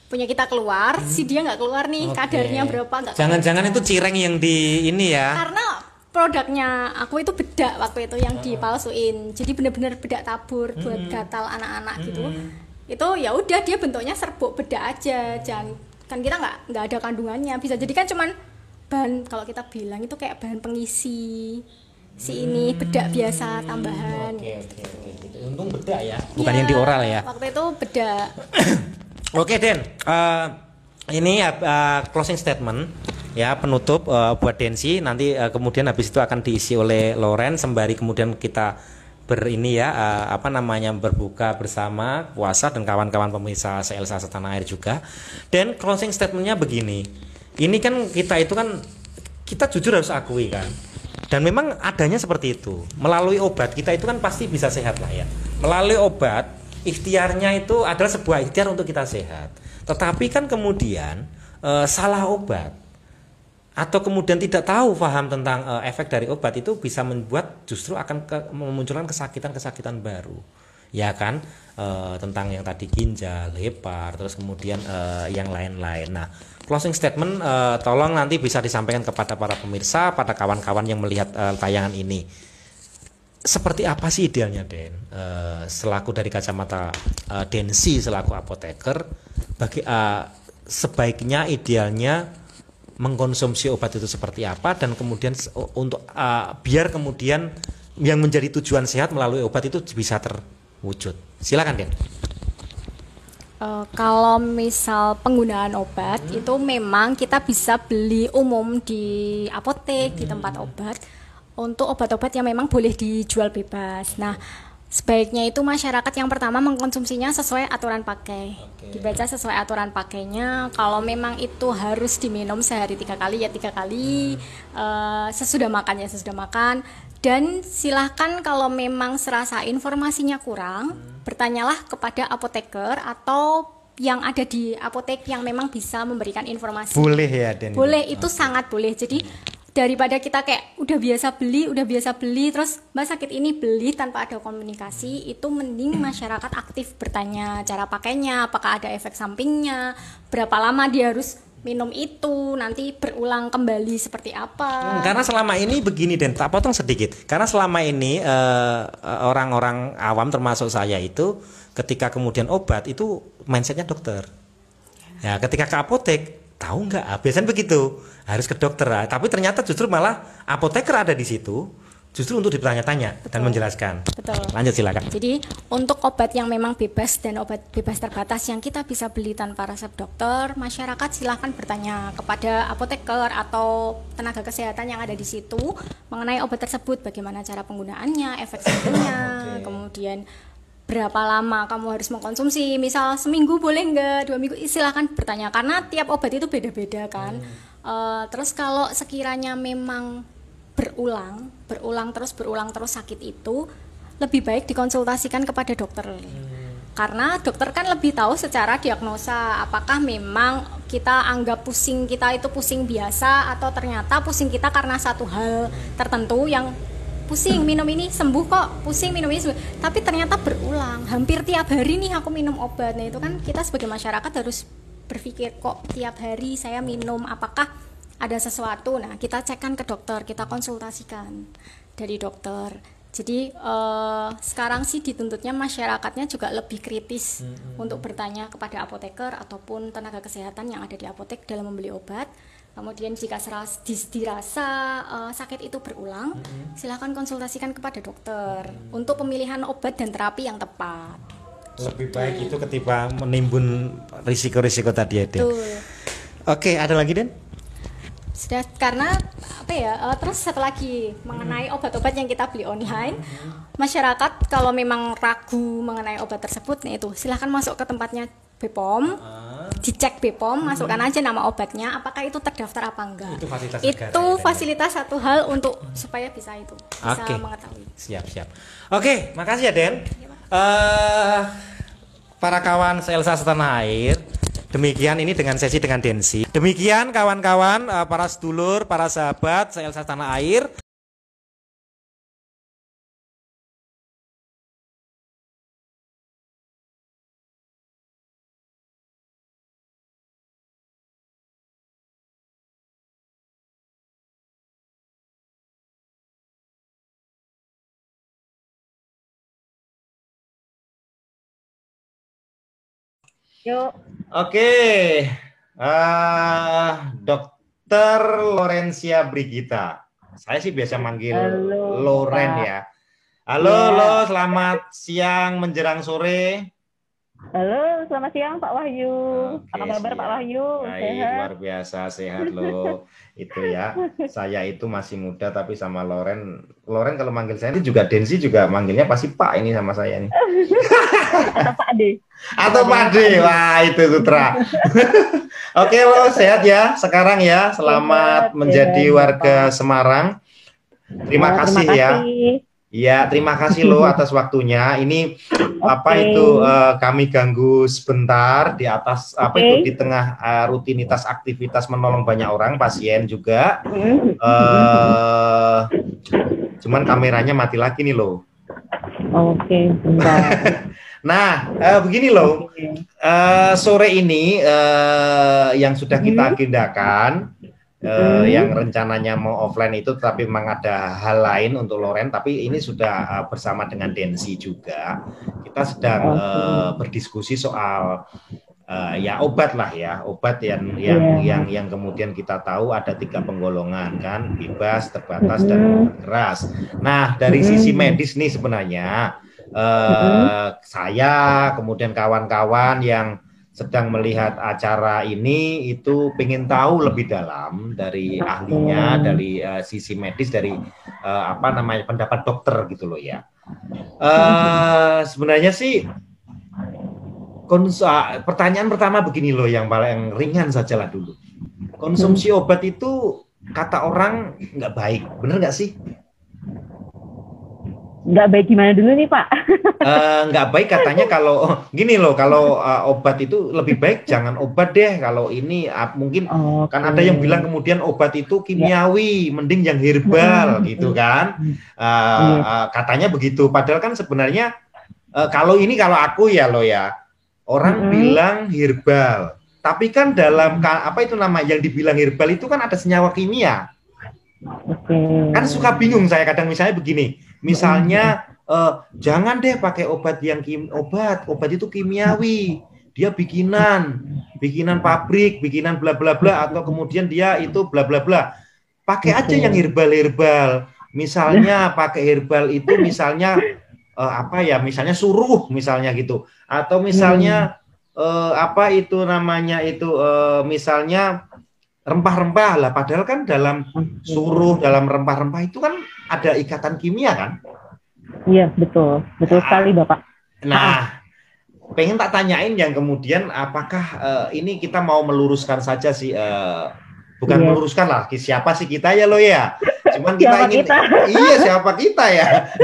punya kita keluar, hmm. si dia nggak keluar nih, okay. kadarnya berapa nggak. Jangan-jangan itu cireng yang di ini ya? Karena produknya aku itu bedak waktu itu yang dipalsuin, jadi benar-benar bedak tabur hmm. buat gatal anak-anak hmm. gitu. Itu ya udah dia bentuknya serbuk bedak aja, jangan kan kita nggak nggak ada kandungannya, bisa jadi kan cuman bahan, kalau kita bilang itu kayak bahan pengisi si ini bedak biasa tambahan. Oke oke oke. Untung bedak ya, bukan ya, yang di oral ya. Waktu itu bedak. Oke Den, uh, ini uh, closing statement ya, penutup uh, buat Densi. Nanti uh, kemudian habis itu akan diisi oleh Loren sembari kemudian kita ber ini ya uh, apa namanya berbuka bersama puasa dan kawan-kawan pemirsa Selsa Setanah Air juga. Dan closing statementnya begini, ini kan kita itu kan kita jujur harus akui kan, dan memang adanya seperti itu. Melalui obat kita itu kan pasti bisa sehat lah ya. Melalui obat ikhtiarnya itu adalah sebuah ikhtiar untuk kita sehat. Tetapi kan kemudian uh, salah obat atau kemudian tidak tahu paham tentang uh, efek dari obat itu bisa membuat justru akan ke, memunculkan kesakitan-kesakitan baru, ya kan, uh, tentang yang tadi ginjal, hepar, terus kemudian uh, yang lain-lain. Nah, closing statement uh, tolong nanti bisa disampaikan kepada para pemirsa, pada kawan-kawan yang melihat uh, tayangan ini. Seperti apa sih idealnya Den? Uh, selaku dari kacamata uh, Densi selaku apoteker, bagi uh, sebaiknya idealnya mengkonsumsi obat itu seperti apa, dan kemudian untuk uh, biar kemudian yang menjadi tujuan sehat melalui obat itu bisa terwujud. Silakan Den. Uh, kalau misal penggunaan obat hmm. itu memang kita bisa beli umum di apotek, hmm. di tempat obat untuk obat-obat yang memang boleh dijual bebas. Nah, sebaiknya itu masyarakat yang pertama mengkonsumsinya sesuai aturan pakai. Okay. Dibaca sesuai aturan pakainya. Kalau memang itu harus diminum sehari tiga kali ya tiga kali. Hmm. Uh, sesudah makan ya sesudah makan. Dan silahkan kalau memang serasa informasinya kurang, hmm. bertanyalah kepada apoteker atau yang ada di apotek yang memang bisa memberikan informasi. Boleh ya Den? Boleh, itu okay. sangat boleh. Jadi daripada kita kayak udah biasa beli, udah biasa beli, terus mbak sakit ini beli tanpa ada komunikasi, itu mending masyarakat aktif bertanya cara pakainya, apakah ada efek sampingnya, berapa lama dia harus minum itu, nanti berulang kembali seperti apa. Hmm, karena selama ini begini Den, tak potong sedikit. Karena selama ini uh, orang-orang awam termasuk saya itu, ketika kemudian obat itu mindsetnya dokter. Ya, ketika ke apotek tahu nggak? Ah, biasanya begitu, harus ke dokter. Ah, tapi ternyata justru malah apoteker ada di situ, justru untuk ditanya-tanya dan menjelaskan. Betul. Lanjut silakan. Jadi untuk obat yang memang bebas dan obat bebas terbatas yang kita bisa beli tanpa resep dokter, masyarakat silahkan bertanya kepada apoteker atau tenaga kesehatan yang ada di situ mengenai obat tersebut, bagaimana cara penggunaannya, efek sampingnya, okay. kemudian berapa lama kamu harus mengkonsumsi, misal seminggu boleh nggak, dua minggu, silahkan bertanya karena tiap obat itu beda-beda kan. Hmm. Uh, terus kalau sekiranya memang berulang, berulang terus berulang terus sakit itu, lebih baik dikonsultasikan kepada dokter. Hmm. Karena dokter kan lebih tahu secara diagnosa apakah memang kita anggap pusing kita itu pusing biasa atau ternyata pusing kita karena satu hal tertentu yang pusing minum ini sembuh kok, pusing minum ini sembuh, tapi ternyata berulang hampir tiap hari nih aku minum obat. Nah itu kan kita sebagai masyarakat harus berpikir, kok tiap hari saya minum, apakah ada sesuatu. Nah kita cekkan ke dokter, kita konsultasikan dari dokter. Jadi eh, sekarang sih dituntutnya masyarakatnya juga lebih kritis hmm. untuk bertanya kepada apoteker ataupun tenaga kesehatan yang ada di apotek dalam membeli obat. Kemudian jika seras, dirasa uh, sakit itu berulang, mm-hmm. silakan konsultasikan kepada dokter mm-hmm. untuk pemilihan obat dan terapi yang tepat. Lebih baik itu ketimbang menimbun risiko-risiko tadi ya Den. Oke, ada lagi Den? Sudah, karena apa ya? Uh, terus satu lagi mengenai mm-hmm. obat-obat yang kita beli online, mm-hmm. masyarakat kalau memang ragu mengenai obat tersebut, nih itu silakan masuk ke tempatnya B P O M. Uh. Dicek B P O M, hmm. masukkan aja nama obatnya, apakah itu terdaftar apa enggak. Itu fasilitas, itu negara, fasilitas satu hal untuk supaya bisa itu bisa okay. mengetahui. Siap siap. Oke, makasih ya Den. Ya, uh, para kawan Selsa Setanah Air, demikian ini dengan sesi dengan Densi. Demikian kawan-kawan, uh, para sedulur, para sahabat Selsa Setanah Air. Yuk. Oke, uh, dokter Lorencia Brigita. Saya sih biasa manggil Halo, Loren Pak. ya. Halo, Ya. halo, selamat siang menjelang sore. Halo, selamat siang Pak Wahyu. Oke, Apa kabar siap. Pak Wahyu? Baik, Sehat? luar biasa sehat loh. Itu ya. Saya itu masih muda tapi sama Loren, Loren kalau manggil saya ini juga Densi juga manggilnya pasti Pak ini sama saya nih. Atau Pak D? Atau Pak D. Wah, itu Putra. Oke lo sehat ya sekarang ya. Selamat Sehat, menjadi sehat, warga Bapak. Semarang. Terima Ya, kasih terima ya. kasih. Ya, terima kasih loh atas waktunya. Ini apa Oke. itu uh, kami ganggu sebentar di atas apa Oke. itu di tengah uh, rutinitas aktivitas menolong banyak orang, pasien juga. Mm-hmm. Uh, cuman kameranya mati lagi nih loh. Oke, bentar. Nah, uh, begini loh. Oke. Uh, sore ini uh, yang sudah kita Hmm. agendakan. Uh, Hmm. yang rencananya mau offline itu tapi memang ada hal lain untuk Loren, tapi ini sudah uh, bersama dengan Densi juga kita sedang uh, berdiskusi soal uh, ya obat lah ya obat yang yang yeah. yang yang kemudian kita tahu ada tiga penggolongan kan, bebas, terbatas, mm-hmm. dan keras. Nah dari mm-hmm. sisi medis nih sebenarnya uh, mm-hmm. saya kemudian kawan-kawan yang sedang melihat acara ini itu pengen tahu lebih dalam dari ahlinya, dari uh, sisi medis, dari uh, apa namanya pendapat dokter gitu loh ya. Uh, sebenarnya sih kons- uh, pertanyaan pertama begini loh yang paling ringan sajalah dulu. Konsumsi obat itu kata orang nggak baik, bener nggak sih? Nggak baik gimana dulu nih Pak? Uh, nggak baik katanya kalau oh, gini loh, kalau uh, obat itu lebih baik jangan obat deh. Kalau ini uh, mungkin okay. kan ada yang bilang kemudian obat itu kimiawi, yeah. mending yang herbal gitu kan. Uh, yeah. uh, katanya begitu. Padahal kan sebenarnya uh, kalau ini kalau aku ya lo ya orang mm-hmm. bilang herbal. Tapi kan dalam apa itu nama yang dibilang herbal itu kan ada senyawa kimia. Okay. Kan suka bingung saya kadang misalnya begini. Misalnya uh, jangan deh pakai obat yang kim obat obat itu kimiawi, dia bikinan bikinan pabrik, bikinan bla bla bla, atau kemudian dia itu bla bla bla. Pakai aja yang herbal herbal. Misalnya pakai herbal itu misalnya uh, apa ya, misalnya suruh misalnya gitu, atau misalnya uh, apa itu namanya itu uh, misalnya rempah-rempah lah, padahal kan dalam suruh, dalam rempah-rempah itu kan ada ikatan kimia kan? Iya, betul. Betul nah, sekali Bapak. Nah, pengen tak tanyain yang kemudian apakah uh, ini kita mau meluruskan saja sih, uh, bukan yeah. meluruskan lah, siapa sih kita ya lo ya? Cuman kita siapa ingin, kita? iya siapa kita ya?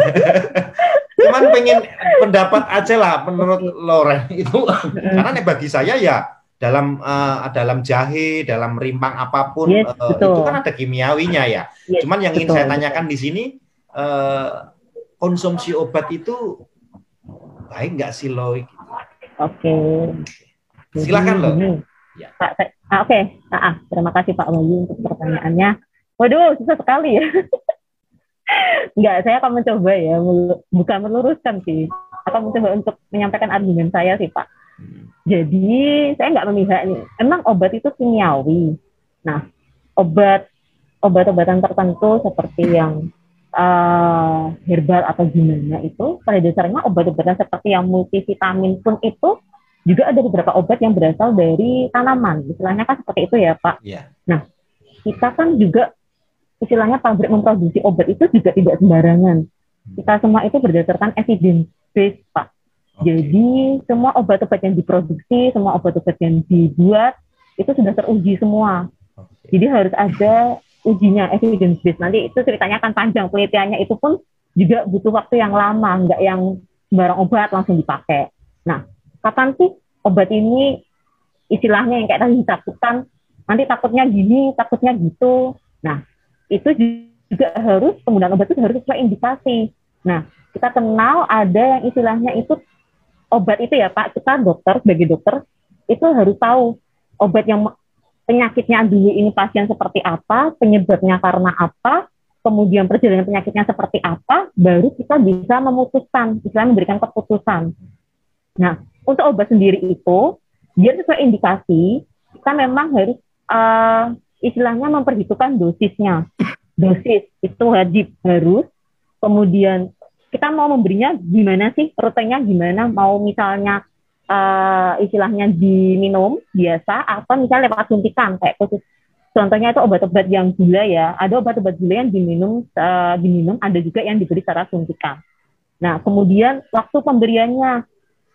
Cuman pengen pendapat aja lah menurut Loren itu, karena bagi saya ya, dalam uh, dalam jahe, dalam rimpang apapun yes, uh, itu kan ada kimiawinya ya. Yes, cuman yang ingin betul, saya tanyakan betul. Di sini uh, konsumsi obat itu baik nggak sih lo? Gitu. Oke. Silakan lo. Ya. Pak, ah, oke. Okay. Ah, terima kasih Pak Wahyu untuk pertanyaannya. Waduh, susah sekali ya. Enggak, saya akan mencoba ya, bukan meluruskan sih. Akan mencoba untuk menyampaikan argumen saya sih Pak. Jadi saya nggak memihak nih. Emang obat itu kimiawi. Nah, obat obat-obatan tertentu seperti yang uh, herbal atau gimana itu pada dasarnya obat-obatan seperti yang multivitamin pun itu juga ada beberapa obat yang berasal dari tanaman. Istilahnya kan seperti itu ya Pak. Yeah. Nah, kita kan juga istilahnya pabrik memproduksi obat itu juga tidak sembarangan. Kita semua itu berdasarkan evidence based Pak. Okay. Jadi semua obat-obat yang diproduksi, semua obat-obat yang dibuat itu sudah teruji semua. Okay. Jadi harus ada ujinya, evidence based. Nanti itu ceritanya akan panjang, penelitiannya itu pun juga butuh waktu yang lama, nggak yang sembarang obat langsung dipakai. Nah, kapan sih obat ini istilahnya yang kayak tadi ditakutkan, nanti takutnya gini, takutnya gitu. Nah, itu juga harus penggunaan obat itu harus sesuai indikasi. Nah, kita kenal ada yang istilahnya itu obat itu ya Pak, kita dokter, sebagai dokter, itu harus tahu obat yang penyakitnya dulu ini pasien seperti apa, penyebabnya karena apa, kemudian perjalanan penyakitnya seperti apa, baru kita bisa memutuskan, istilahnya memberikan keputusan. Nah, untuk obat sendiri itu, biar sesuai indikasi, kita memang harus uh, istilahnya memperhitungkan dosisnya. Dosis itu wajib harus. Kemudian kita mau memberinya gimana sih, rutenya gimana, mau misalnya uh, istilahnya diminum biasa atau misalnya lewat suntikan kayak khusus. Contohnya itu obat-obat yang gula ya, ada obat-obat gula yang diminum uh, diminum, ada juga yang diberi secara suntikan. Nah, kemudian waktu pemberiannya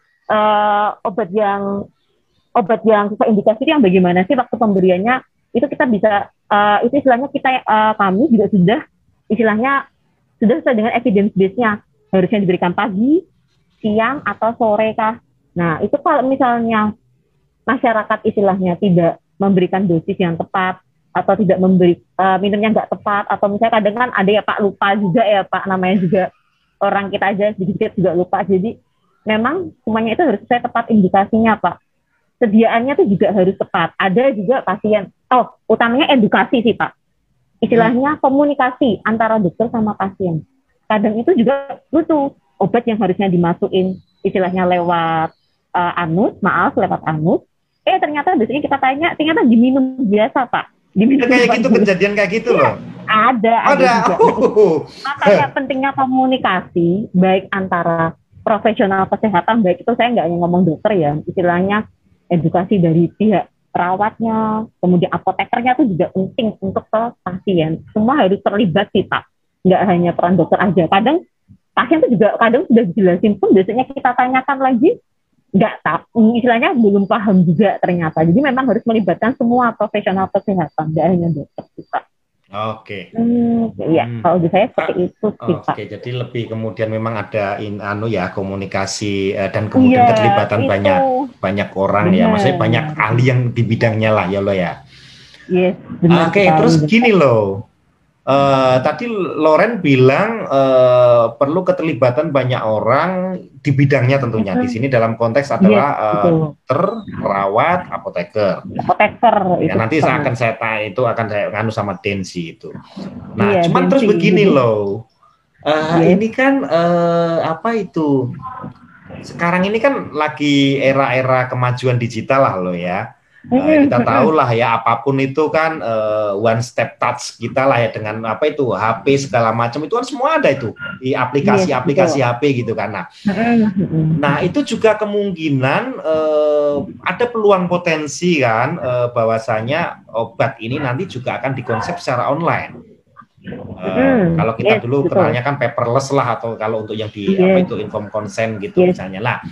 uh, obat yang obat yang sesuai indikasi yang bagaimana sih waktu pemberiannya, itu kita bisa uh, itu istilahnya kita uh, kami juga sudah istilahnya sudah sesuai dengan evidence base-nya, harusnya diberikan pagi, siang atau sore kah. Nah, itu kalau misalnya masyarakat istilahnya tidak memberikan dosis yang tepat atau tidak memberi uh, minumnya nggak tepat, atau misalnya kadang kan ada ya Pak lupa juga ya Pak, namanya juga orang kita aja sedikit juga lupa. Jadi memang semuanya itu harus sesuai tepat indikasinya Pak. Sediaannya tuh juga harus tepat. Ada juga pasien, oh utamanya edukasi sih Pak. Istilahnya komunikasi antara dokter sama pasien. Kadang itu juga butuh obat yang harusnya dimasukin istilahnya lewat uh, anus, maaf lewat anus. Eh ternyata biasanya kita tanya, ternyata diminum biasa Pak. Diminum kayak gitu, dulu. Kejadian kayak gitu loh. Ada, ada, ada juga. Oh. Makanya pentingnya komunikasi baik antara profesional kesehatan, baik itu saya nggak hanya ngomong dokter ya, istilahnya edukasi dari pihak perawatnya, kemudian apotekernya itu juga penting untuk ke pasien. Semua harus terlibat sih Pak, nggak hanya peran dokter aja. Kadang pasien itu juga kadang sudah dijelasin pun biasanya kita tanyakan lagi, nggak tahu, istilahnya belum paham juga ternyata. Jadi memang harus melibatkan semua profesional kesehatan, nggak hanya dokter sih Pak. Oke. Hmm, ya, hmm. Kalau saya seperti ah, itu sih Pak. Oke, jadi lebih kemudian memang ada in, anu ya komunikasi uh, dan kemudian ya, keterlibatan itu. banyak banyak orang benar. Ya, maksudnya banyak ahli yang di bidangnya lah ya lo ya. Yes, Oke, terus benar. Gini loh. Uh, tadi Loren bilang uh, perlu keterlibatan banyak orang di bidangnya tentunya. Di sini dalam konteks adalah yes, uh, dokter, perawat, apoteker. Apoteker. Ya, nanti saya akan saya tanya itu akan saya nganu sama Densi itu. Nah, iya, cuman Densi, terus begini gitu. Loh. Uh, yes. Ini kan uh, apa itu? Sekarang ini kan lagi era-era kemajuan digital lah lo ya. Uh, kita tahu lah ya apapun itu kan uh, one step touch kita lah ya dengan apa itu H P segala macam itu kan semua ada itu di aplikasi-aplikasi yes, H P gitu kan. Nah, nah itu juga kemungkinan uh, ada peluang potensi kan uh, bahwasanya obat ini nanti juga akan dikonsep secara online. Uh, mm, kalau kita yes, dulu betul. Kenalnya kan paperless lah atau kalau untuk yang di yes. apa itu informed consent gitu yes. misalnya lah.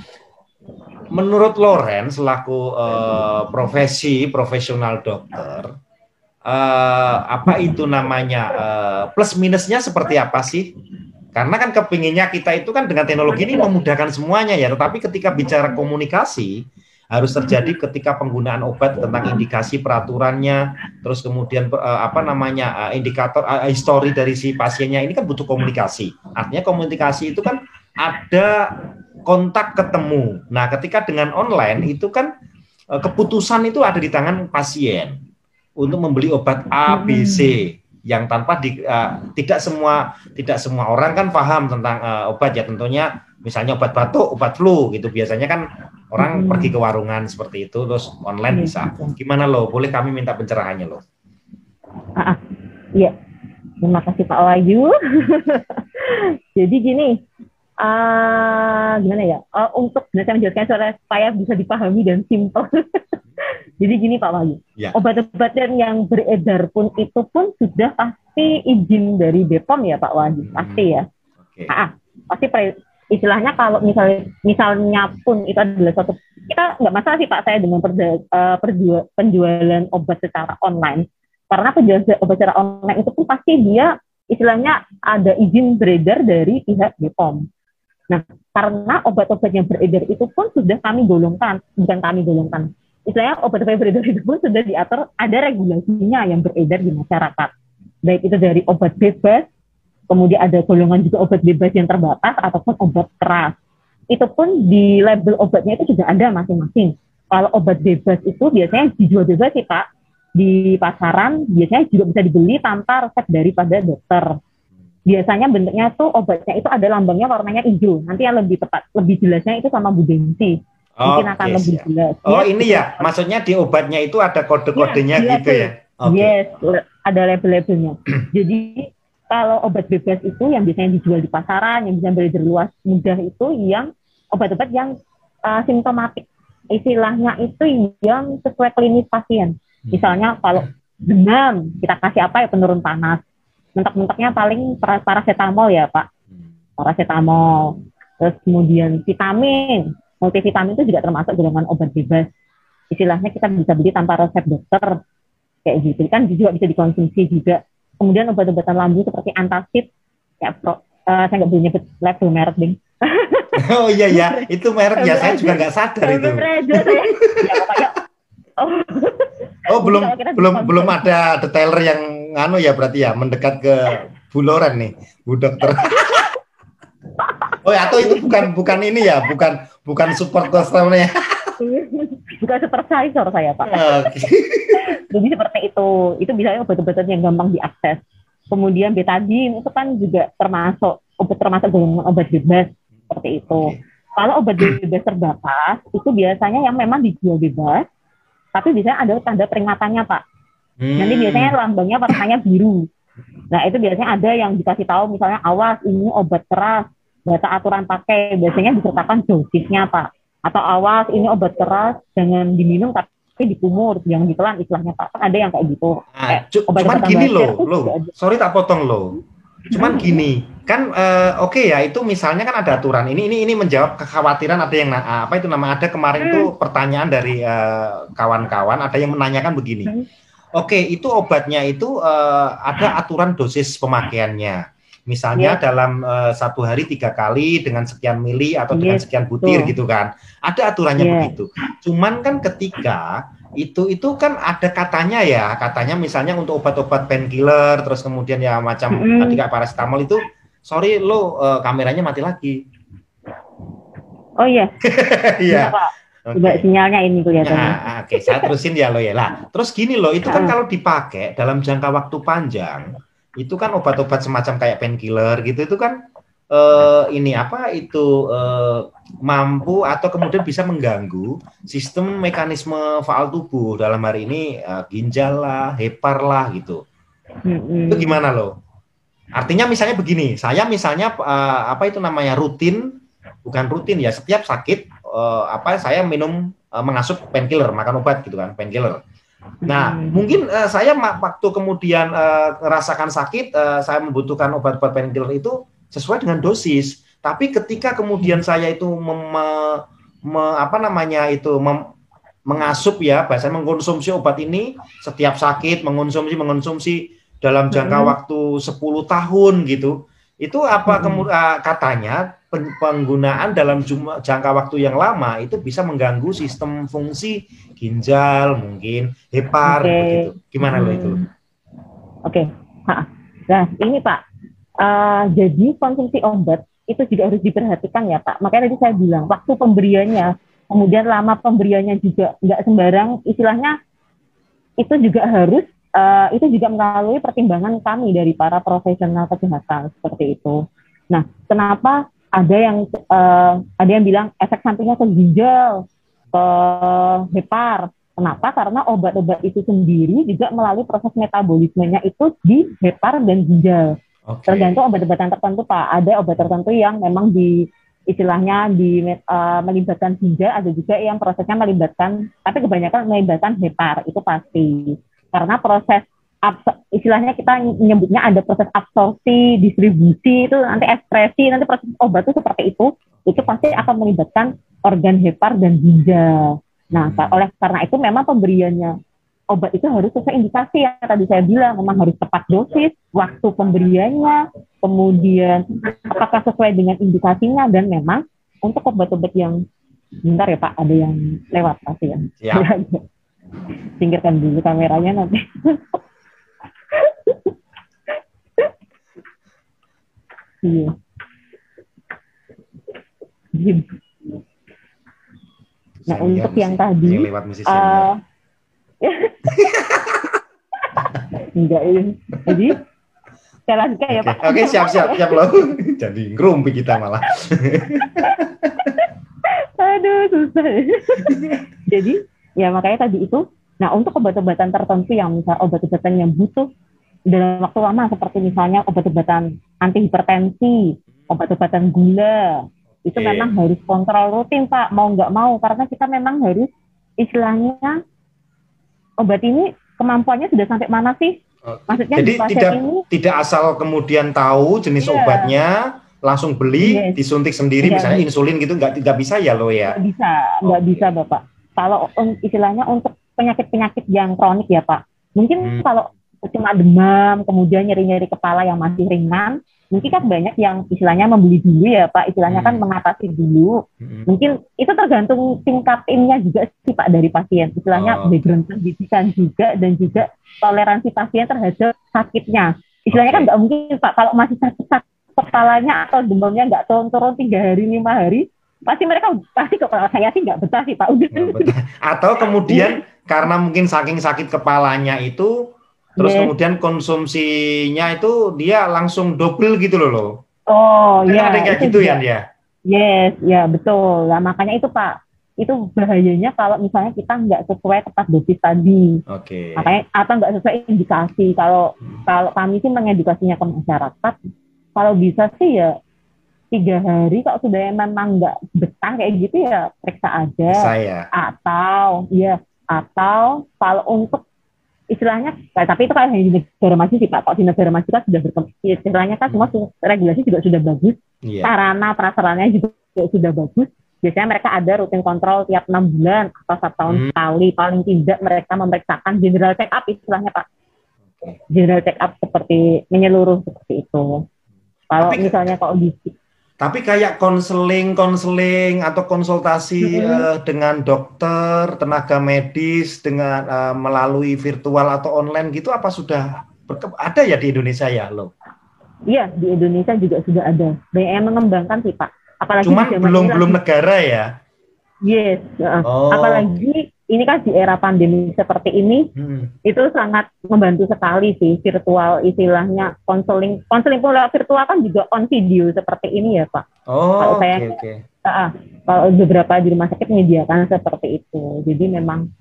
Menurut Loren selaku uh, profesi profesional dokter, uh, apa itu namanya uh, plus minusnya seperti apa sih? Karena kan kepinginnya kita itu kan dengan teknologi ini memudahkan semuanya ya, tetapi ketika bicara komunikasi harus terjadi ketika penggunaan obat tentang indikasi peraturannya, terus kemudian uh, apa namanya uh, indikator uh, histori dari si pasiennya ini kan butuh komunikasi. Artinya komunikasi itu kan ada kontak ketemu. Nah, ketika dengan online itu kan keputusan itu ada di tangan pasien untuk membeli obat A, B, C yang tanpa di, uh, tidak semua tidak semua orang kan paham tentang uh, obat ya tentunya. Misalnya obat batuk, obat flu gitu biasanya kan orang hmm. pergi ke warungan seperti itu terus online bisa. Gimana lo? Boleh kami minta pencerahannya lo? Ah, iya. Terima kasih Pak Wahyu. Jadi gini. Uh, gimana ya, uh, untuk saya menjelaskan supaya bisa dipahami dan simpel. Jadi gini Pak Wahyu, ya. Obat-obatan yang beredar pun itu pun sudah pasti izin dari B P O M ya Pak Wahyu, pasti ya. Okay. Ah, pasti pre, istilahnya kalau misalnya misalnya pun itu adalah suatu, kita nggak masalah sih Pak saya dengan perda, uh, perjual, penjualan obat secara online, karena penjualan obat secara online itu pun pasti dia istilahnya ada izin beredar dari pihak B P O M. Nah, karena obat-obat yang beredar itu pun sudah kami golongkan, bukan kami golongkan. Istilahnya obat-obat yang beredar itu pun sudah diatur, ada regulasinya yang beredar di masyarakat. Baik itu dari obat bebas, kemudian ada golongan juga obat bebas yang terbatas, ataupun obat keras. Itu pun di label obatnya itu juga ada masing-masing. Kalau obat bebas itu biasanya dijual bebas sih Pak, di pasaran biasanya juga bisa dibeli tanpa resep daripada dokter. Biasanya bentuknya tuh obatnya itu ada lambangnya warnanya hijau. Nanti yang lebih tepat, lebih jelasnya itu sama Bu Densi. mungkin akan Oke, lebih siap. jelas. Oh, Yes, ini ya, maksudnya di obatnya itu ada kode-kodenya Yes, gitu ya? Oke. Yes, le- ada label-labelnya. Jadi kalau obat bebas itu yang biasanya dijual di pasaran, yang bisa beredar luas mudah itu yang obat-obat yang uh, simptomatik. Istilahnya itu yang sesuai klinis pasien. Misalnya kalau demam, kita kasih apa ya, penurun panas. Mentok-mentoknya paling para- paracetamol ya Pak. Paracetamol. Terus kemudian vitamin. Multivitamin itu juga termasuk golongan obat bebas. Istilahnya kita bisa beli tanpa resep dokter. Kayak gitu. Kan juga bisa dikonsumsi juga. Kemudian obat-obatan lambung seperti antacid. Ya, pro, uh, saya nggak boleh nyebut label merek, Bing. Oh iya ya, itu merek ya, saya juga nggak sadar itu. Aja, saya. Ya, pokoknya, oh. Oh, belum belum dikonsul. belum ada detailer yang nganu ya berarti ya, mendekat ke Bu Loren nih, Bu Dokter. Oh ya, atau itu bukan bukan ini ya, bukan bukan support customer-nya. Bukan supervisor saya Pak. Oke. Jadi seperti itu, itu bisa obat-obatan yang gampang diakses. Kemudian betadine itu kan juga termasuk obat termasuk golongan obat bebas seperti itu. Kalau obat bebas terbatas itu biasanya yang memang dijual bebas, tapi biasanya ada tanda peringatannya Pak. Hmm. Nanti biasanya lambangnya warnanya biru. Nah itu biasanya ada yang dikasih tahu misalnya awas ini obat keras, baca aturan pakai, biasanya disertakan dosisnya Pak. Atau awas ini obat keras jangan diminum tapi dikumur, yang ditelan istilahnya Pak. Kan ada yang kayak gitu. Nah, Kayak cuman gini loh, loh. ada. Sorry tak potong loh. Cuman gini, kan uh, oke okay ya, itu misalnya kan ada aturan. Ini ini ini menjawab kekhawatiran ada yang uh, apa itu nama ada kemarin hmm. tuh pertanyaan dari uh, kawan-kawan, ada yang menanyakan begini. Hmm. Oke, okay, itu obatnya itu uh, ada aturan dosis pemakaiannya. Misalnya yeah. dalam uh, satu hari tiga kali dengan sekian mili atau yeah. dengan sekian butir so. gitu kan. Ada aturannya yeah. begitu. Cuman kan ketika itu itu kan ada katanya ya, katanya misalnya untuk obat-obat painkiller, terus kemudian ya macam mm. tadi kayak paracetamol itu, sorry lo uh, kameranya mati lagi. Oh iya. Iya. Juga okay. sinyalnya ini kelihatan. Nah, oke, okay. saya terusin ya lo ya lah. Terus gini loh, itu kan kalau dipakai dalam jangka waktu panjang, itu kan obat-obat semacam kayak painkiller gitu, itu kan uh, ini apa itu uh, mampu atau kemudian bisa mengganggu sistem mekanisme faal tubuh, dalam hari ini uh, ginjal lah, hepar lah gitu. Mm-hmm. Itu gimana loh? Artinya misalnya begini, saya misalnya uh, apa itu namanya rutin, bukan rutin ya, setiap sakit uh, apa saya minum uh, mengasup painkiller, makan obat gitu kan, painkiller. Nah, hmm. mungkin uh, saya waktu kemudian uh, merasakan sakit, uh, saya membutuhkan obat-obat painkiller itu sesuai dengan dosis. Tapi ketika kemudian saya itu mem, me, apa namanya itu mem, mengasup ya, bahasanya mengkonsumsi obat ini setiap sakit, mengkonsumsi mengkonsumsi dalam jangka hmm. waktu sepuluh tahun gitu. Itu apa hmm. kemudian uh, katanya penggunaan dalam jumlah, jangka waktu yang lama itu bisa mengganggu sistem fungsi ginjal, mungkin hepar, okay. begitu. Gimana hmm. lo itu? Oke, okay. Nah ini Pak, uh, jadi konsumsi obat itu juga harus diperhatikan ya Pak. Makanya tadi saya bilang waktu pemberiannya, kemudian lama pemberiannya juga nggak sembarang. Istilahnya itu juga harus, uh, itu juga melalui pertimbangan kami dari para profesional kesehatan seperti itu. Nah, kenapa? Ada yang uh, ada yang bilang efek sampingnya ke ginjal, ke hepar. Kenapa? Karena obat-obat itu sendiri juga melalui proses metabolismenya itu di hepar dan ginjal. Okay. Tergantung obat-obatan tertentu Pak. Ada obat tertentu yang memang di istilahnya di uh, melibatkan ginjal, ada juga yang prosesnya melibatkan, tapi kebanyakan melibatkan hepar, itu pasti. Karena proses istilahnya kita menyebutnya ada proses absorpsi, distribusi, itu nanti ekspresi, nanti proses obat itu seperti itu, itu pasti akan melibatkan organ hepar dan ginjal. Nah, hmm. oleh karena itu memang pemberiannya obat itu harus sesuai indikasi yang tadi saya bilang, memang harus tepat dosis, waktu pemberiannya, kemudian apakah sesuai dengan indikasinya, dan memang untuk obat-obat yang, bentar ya Pak, ada yang lewat pasti ya. Ya. Singkirkan dulu kameranya nanti. Iya. Nah, Senior untuk yang tadi uh, enggak ini. Jadi saya lanjutkan ya Pak. Oke, okay, siap siap siap loh. Jadi ngerumpi kita malah. Aduh, susah. Jadi, ya makanya tadi itu, nah untuk obat-obatan tertentu yang misal obat-obatan yang butuh dalam waktu lama, seperti misalnya obat-obatan anti hipertensi, obat-obatan gula, itu Oke. memang harus kontrol rutin, Pak, mau nggak mau, karena kita memang harus istilahnya obat ini kemampuannya sudah sampai mana sih? Maksudnya Jadi di pasien tidak ini tidak asal kemudian tahu jenis Iya. obatnya langsung beli Yes. disuntik sendiri Iya. misalnya insulin gitu nggak tidak bisa ya lo ya. nggak bisa, nggak bisa Bapak. Kalau um, istilahnya untuk penyakit-penyakit yang kronik ya Pak, mungkin Hmm. kalau cuma demam, kemudian nyeri-nyeri kepala yang masih ringan, mungkin kan banyak yang istilahnya membeli dulu ya Pak, istilahnya kan Hmm. mengatasi dulu. Hmm. Mungkin itu tergantung tingkat imnya juga sih Pak dari pasien, istilahnya Oh. background pendidikan juga dan juga toleransi pasien terhadap sakitnya. Istilahnya kan Oke. nggak mungkin Pak, kalau masih sakit kepalanya atau demamnya nggak turun-turun tiga hari lima hari, pasti mereka pasti kok kalau saya sih nggak betah sih Pak. Udah. Nah, betul. Atau kemudian karena mungkin saking sakit kepalanya itu terus Yes. kemudian konsumsinya itu dia langsung double gitu loh lo. Oh Kan ya, ada kayak itu gitu juga. ya dia. Yes, ya betul. Nah makanya itu Pak, itu bahayanya kalau misalnya kita nggak sesuai tepat dosis tadi. Oke. Makanya atau nggak sesuai indikasi. Kalau kalau kami sih mengedukasinya ke masyarakat, kalau bisa sih ya tiga hari kalau sudah memang nggak betah kayak gitu ya periksa aja. Saya. Atau ya atau kalau untuk istilahnya, tapi itu kan hanya di negara maju sih Pak. Kalau di negara maju kan sudah berkembang, istilahnya kan semua regulasi juga sudah bagus, Iya. sarana prasarannya juga sudah bagus. Biasanya mereka ada rutin kontrol tiap enam bulan atau satu tahun Hmm. sekali, paling tidak mereka memeriksakan general check up istilahnya Pak. Oke. General check up seperti menyeluruh seperti itu. Kalau Tapi- misalnya kalau di Tapi kayak konseling, konseling atau konsultasi Mm-hmm. eh, dengan dokter, tenaga medis dengan eh, melalui virtual atau online gitu apa sudah berke- ada ya di Indonesia ya lo? iya di Indonesia juga sudah ada. Banyak yang mengembangkan sih Pak. Apalagi Cuman di zaman belum ini belum lagi- negara ya. Yes, uh, Oh. apalagi ini kan di era pandemi seperti ini, Hmm. itu sangat membantu sekali sih virtual istilahnya konseling. Konseling pun lewat virtual kan juga on video seperti ini ya Pak. Oh, Kalau oke saya- oke. Uh, kalau beberapa di rumah sakit menyediakan seperti itu. Jadi memang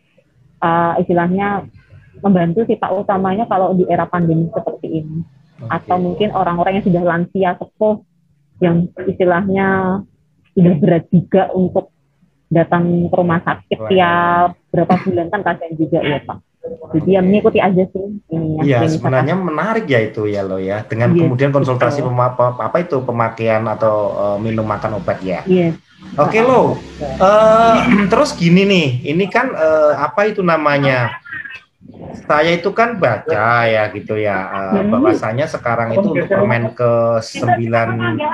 uh, istilahnya membantu sih Pak, utamanya kalau di era pandemi seperti ini. Atau Oke. mungkin orang-orang yang sudah lansia sepuh yang istilahnya sudah berat juga untuk datang ke rumah sakit Wah. tiap berapa bulan kan kasihan juga ya Pak. Jadi ya mengikuti aja sih ini ya. Iya, klinis sebenarnya menarik ya itu ya lo ya. Dengan Iya, kemudian konsultasi betul. pema- apa, apa itu pemakaian atau eh, minum makan obat ya. Iya. Oke lo. Eh, terus gini nih, ini kan eh, apa itu namanya? Saya itu kan baca ya gitu ya, eh, Hmm. bahwasanya sekarang itu untuk permen ke sembilan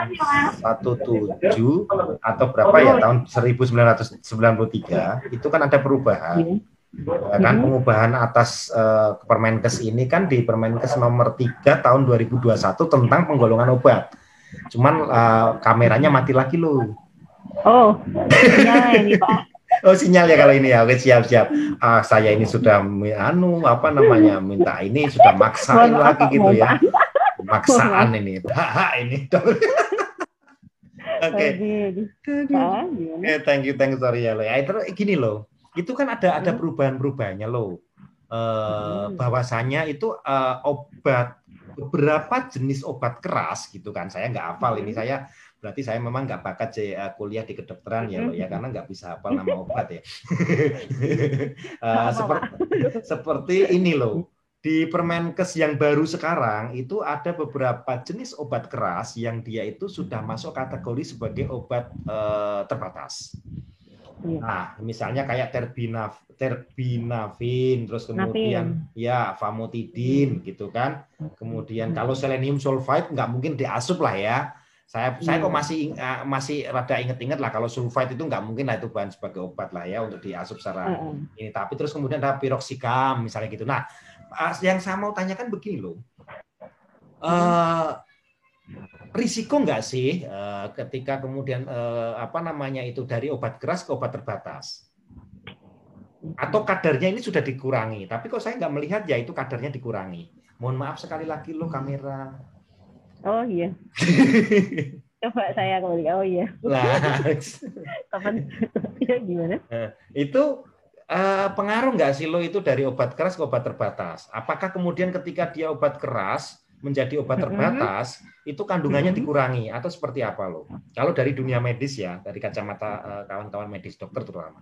satu tujuh atau berapa ya tahun seribu sembilan ratus sembilan puluh tiga itu kan ada perubahan. Iya. Ya kan Hmm. pengubahan atas eh, Permenkes ini kan di Permenkes nomor tiga tahun dua ribu dua puluh satu tentang penggolongan obat. Cuman eh, kameranya mati lagi loh. Oh, ya ini Pak. Oh sinyal ya kalau ini ya, oke siap siap. Ah saya ini sudah mi- anu apa namanya minta ini sudah maksain Mohon maaf, lagi Pak, gitu mohon ya, maaf. maksaan ini, hak ini. Oke, Lagi. Ah, gimana? oke thank you thank you sorry ya lo. Ya terus gini loh, itu kan ada ada Hmm. perubahan-perubahannya loh. Eh Hmm. bahwasanya itu eh, obat beberapa jenis obat keras gitu kan. Saya nggak hafal ini Hmm. saya berarti saya memang nggak bakat sih, eh, kuliah di kedokteran ya lo ya karena nggak bisa hafal nama obat ya. Eh, seperti seperti ini loh. Di Permenkes yang baru sekarang itu ada beberapa jenis obat keras yang dia itu sudah masuk kategori sebagai obat eh, terbatas. Iya. Nah, misalnya kayak terbinaf, terbinafin, terus kemudian ya famotidin gitu kan. Kemudian kalau selenium sulfide nggak mungkin diasup lah ya. Saya saya kok masih uh, masih rada inget-inget lah kalau sulfide itu nggak mungkin lah itu bahan sebagai obat lah ya untuk diasup secara Uh-uh. ini. Tapi terus kemudian ada piroxicam misalnya gitu. Nah, uh, yang saya mau tanyakan begini loh. Uh, risiko nggak sih uh, ketika kemudian uh, apa namanya itu dari obat keras ke obat terbatas? Atau kadarnya ini sudah dikurangi? Tapi kok saya nggak melihat ya itu kadarnya dikurangi. Mohon maaf sekali lagi loh kamera. Oh iya. Coba saya kembali. Oh iya. Lah, Kapan? Ya gimana? Nah, itu eh, pengaruh nggak sih lo itu dari obat keras ke obat terbatas? Apakah kemudian ketika dia obat keras menjadi obat terbatas, itu kandungannya dikurangi atau seperti apa lo? Kalau dari dunia medis ya, dari kacamata eh, kawan-kawan medis, dokter terutama.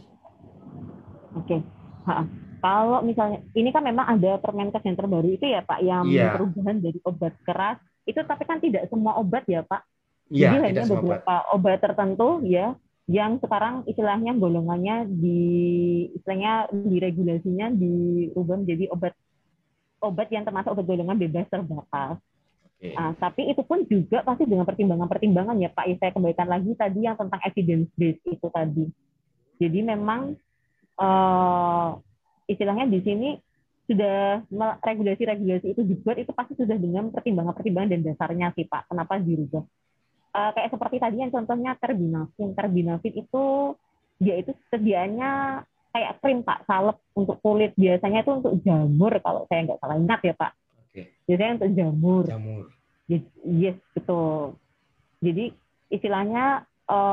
Oke. Ha, Kalau misalnya ini kan memang ada Permenkes yang terbaru itu ya Pak, yang Iya. perubahan dari obat keras itu, tapi kan tidak semua obat ya Pak. Iya, Jadi tidak hanya semua obat. beberapa obat tertentu ya yang sekarang istilahnya golongannya di istilahnya di regulasinya dirubah menjadi obat obat yang termasuk obat golongan bebas terbatas. Oke. Ah, tapi itu pun juga pasti dengan pertimbangan-pertimbangan ya Pak. Ya, saya kembalikan lagi tadi yang tentang evidence based itu tadi. Jadi memang eh, istilahnya di sini sudah me- regulasi-regulasi itu dibuat itu pasti sudah dengan pertimbangan-pertimbangan dan dasarnya sih Pak. Kenapa dirubah? Eh, kayak seperti tadi yang contohnya terbinafin. Terbinafin itu dia itu sediaannya kayak krim Pak, salep untuk kulit. Biasanya itu untuk jamur kalau saya nggak salah ingat ya Pak. Oke. Biasanya untuk jamur. Jamur. Yes, yes, betul. Jadi istilahnya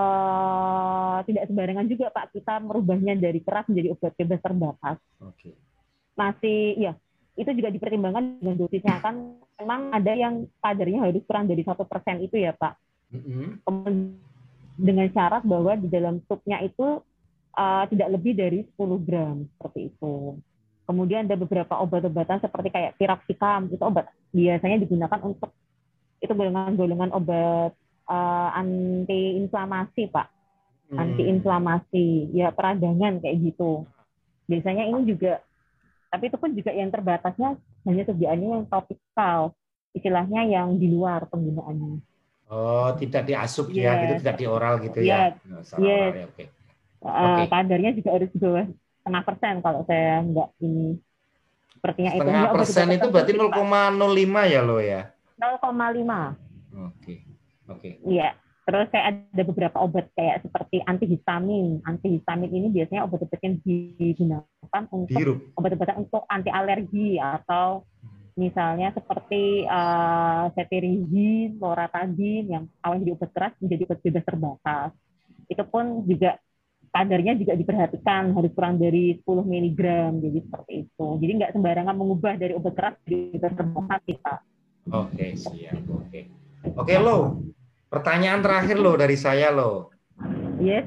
eh, tidak sembarangan juga Pak kita merubahnya dari keras menjadi obat bebas terbatas. Oke. Masih ya itu juga dipertimbangkan dengan dosisnya kan. Memang ada yang kadarnya harus kurang dari satu persen itu ya Pak. Mm-mm. Kemudian dengan syarat bahwa di dalam supnya itu uh, tidak lebih dari sepuluh gram seperti itu. Kemudian ada beberapa obat-obatan seperti kayak piroxicam, itu obat biasanya digunakan untuk itu golongan-golongan obat uh, anti-inflamasi Pak, Hmm. anti-inflamasi, ya peradangan kayak gitu. Biasanya ini juga, tapi itu pun juga yang terbatasnya hanya sediaannya yang topikal, istilahnya yang di luar penggunaannya. Oh, tidak diasup Yes. ya, gitu, tidak di oral gitu Yes. ya. Nah, secara Yes. oral ya, oke. Uh, Oke. kadarnya juga harus di bawah setengah persen kalau saya nggak ini sepertinya itu. Setengah Hanya persen obat-obatan itu berarti tertentu, nol Pak. koma nol lima ya lo ya? nol koma lima. Oke. Oke. Iya. Terus kayak ada beberapa obat kayak seperti antihistamin. Antihistamin ini biasanya obat-obat yang digunakan untuk Dihirup. obat-obatan untuk anti alergi atau misalnya seperti uh, cetirizine, loratadine yang awalnya jadi obat keras menjadi obat bebas terbatas. Itu pun juga kadarnya juga diperhatikan harus kurang dari sepuluh miligram, jadi seperti itu. Jadi nggak sembarangan mengubah dari obat keras jadi obat terbatas kita. Oke, siap. Oke. Oke, lo. Pertanyaan terakhir lo dari saya lo. Yes.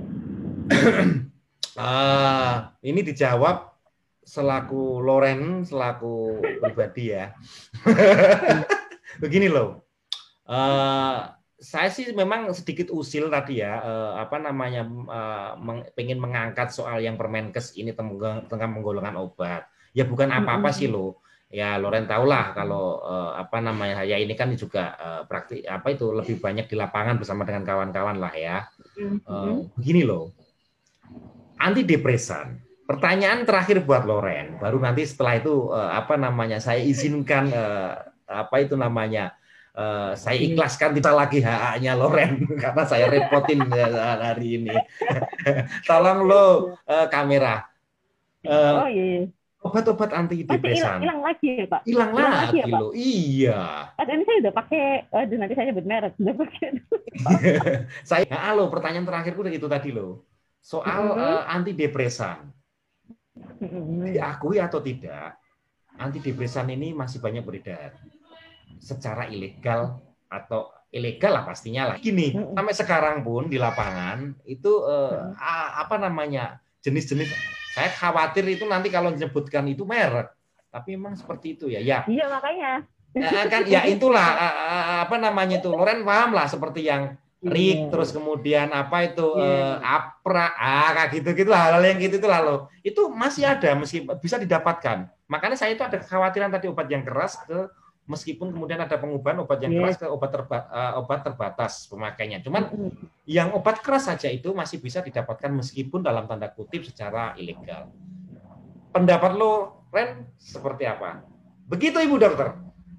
Ah, ini dijawab selaku Loren, selaku pribadi ya. Begini loh. Uh, saya sih memang sedikit usil tadi ya, uh, apa namanya, uh, meng, pengen mengangkat soal yang Permenkes ini tentang penggolongan obat. Ya bukan apa-apa sih lo. Ya Loren tahulah kalau uh, apa namanya, ya ini kan juga uh, praktik apa itu lebih banyak di lapangan bersama dengan kawan-kawan lah ya. Uh, begini loh, antidepresan. Pertanyaan terakhir buat Loren, baru nanti setelah itu uh, apa namanya saya izinkan uh, apa itu namanya uh, saya ikhlaskan tidak lagi H A-nya Loren karena saya repotin uh, hari ini. Tolong lo uh, kamera. Uh, oh iya. iya. Obat-obat antidepresan. Hilang lagi ya Pak? Hilang lagi, ya, lo. Iya. Kan ini saya udah pakai, aduh nanti saya nyebut merek, udah pakai. Saya, nah, lo pertanyaan terakhirku itu tadi lo. Soal mm-hmm. uh, antidepresan. Diakui atau tidak, antidepresan ini masih banyak beredar secara ilegal atau ilegal lah pastinya lah. Gini, mm-hmm. sampai sekarang pun di lapangan itu uh, mm-hmm. apa namanya jenis-jenis. Saya khawatir itu nanti kalau disebutkan itu merek, tapi memang seperti itu ya. Ya. Iya makanya. Ya, kan ya itulah apa namanya itu. Loren paham lah seperti yang Rik, yeah. Terus kemudian apa itu yeah. uh, Apra, ah kayak gitu-gitu hal-hal yang gitu itu lalu. Itu masih ada, meski bisa didapatkan. Makanya saya itu ada kekhawatiran tadi obat yang keras ke meskipun kemudian ada pengubahan obat yang yeah. keras ke obat terba, uh, obat terbatas pemakainya. Cuman mm-hmm. yang obat keras saja itu masih bisa didapatkan meskipun dalam tanda kutip secara ilegal. Pendapat lo, Ren, seperti apa? Begitu Ibu Dokter.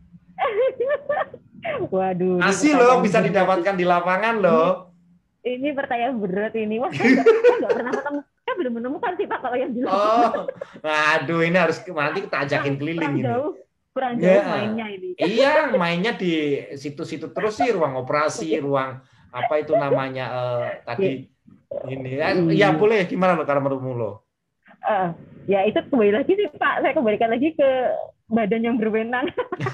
Waduh. Masih lo bisa didapatkan di lapangan lo. Ini pertanyaan berat ini. Wah, saya nggak pernah ketemu. Saya belum menemukan sih Pak kalau yang di lapangan. Oh, aduh ini harus nanti kita ajakin keliling ini. kurang jauh yeah. mainnya ini. Iya, mainnya di situ-situ terus sih, ruang operasi, ruang apa itu namanya uh, tadi yeah. ini. Ya, ya boleh, gimana lo kalau menurutmu lo? Uh, ya itu kembali lagi sih Pak, saya kembalikan lagi ke badan yang berwenang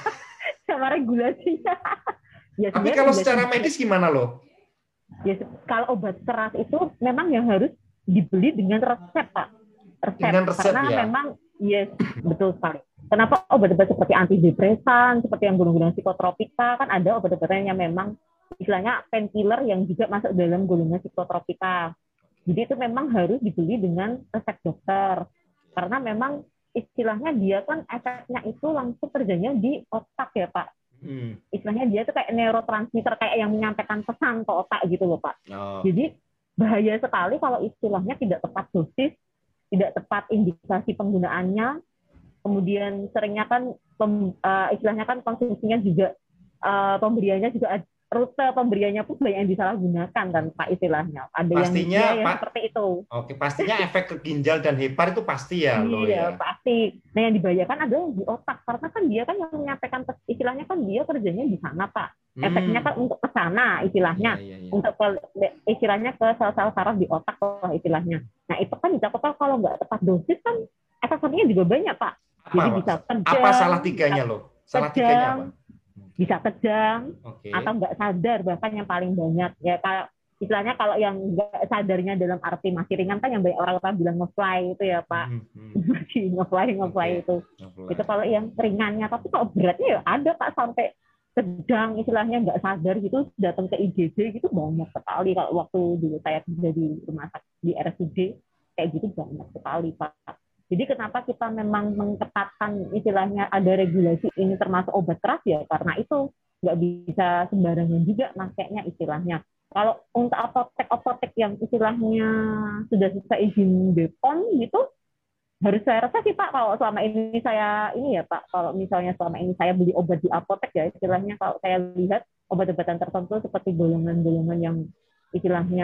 sama regulasinya. Ya, tapi kalau secara medis gimana lo? Ya, kalau obat keras itu memang yang harus dibeli dengan resep Pak. Resep. Dengan resep karena ya? memang yes, betul sekali. Kenapa obat-obat seperti antidepresan, seperti yang golongan psikotropika, kan ada obat-obatan yang memang istilahnya painkiller yang juga masuk dalam golongan psikotropika. Jadi itu memang harus dibeli dengan resep dokter. Karena memang istilahnya dia kan efeknya itu langsung terjadinya di otak ya Pak. Hmm. Istilahnya dia itu kayak neurotransmitter, kayak yang menyampaikan pesan ke otak gitu loh Pak. Oh. Jadi bahaya sekali kalau istilahnya tidak tepat dosis, tidak tepat indikasi penggunaannya. Kemudian seringnya kan pem, uh, istilahnya kan konsumsinya juga uh, pemberiannya juga rute pemberiannya pun banyak yang disalahgunakan kan Pak istilahnya. Ada pastinya, yang, ya, Pak, seperti itu. Oke, pastinya efek ke ginjal dan hepar itu pasti ya lo iya, ya. Pasti. Nah yang dibahayakan adalah di otak karena kan dia kan yang menyampaikan istilahnya kan dia kerjanya di sana Pak. Efeknya kan hmm. untuk ke sana istilahnya. Iya, iya, iya. Untuk ke, istilahnya ke sel-sel saraf di otak lah istilahnya. Nah itu kan dicatat kalau nggak tepat dosis kan efek sampingnya juga banyak Pak. Apa, jadi bisa kejang, apa salah tiganya lo? Salah kejang, tiganya apa? Bisa kejang, okay. Atau nggak sadar bahkan yang paling banyak ya kalau istilahnya kalau yang nggak sadarnya dalam arti masih ringan kan yang banyak orang-orang bilang nge-fly itu ya Pak, mm-hmm. masih nge-fly nge-fly okay. itu, nge-fly. Itu kalau yang ringannya, tapi kalau beratnya ya ada Pak sampai sedang istilahnya nggak sadar gitu datang ke I G D gitu banyak sekali kalau waktu dulu saya kerja di rumah sakit di R S U D kayak gitu banyak sekali Pak. Jadi kenapa kita memang mengetatkan istilahnya ada regulasi ini termasuk obat keras ya karena itu nggak bisa sembarangan juga makanya istilahnya. Kalau untuk apotek-apotek yang istilahnya sudah selesai izin B P O M gitu harus saya rasa sih Pak kalau selama ini saya ini ya Pak kalau misalnya selama ini saya beli obat di apotek ya istilahnya kalau saya lihat obat-obatan tertentu seperti golongan-golongan yang istilahnya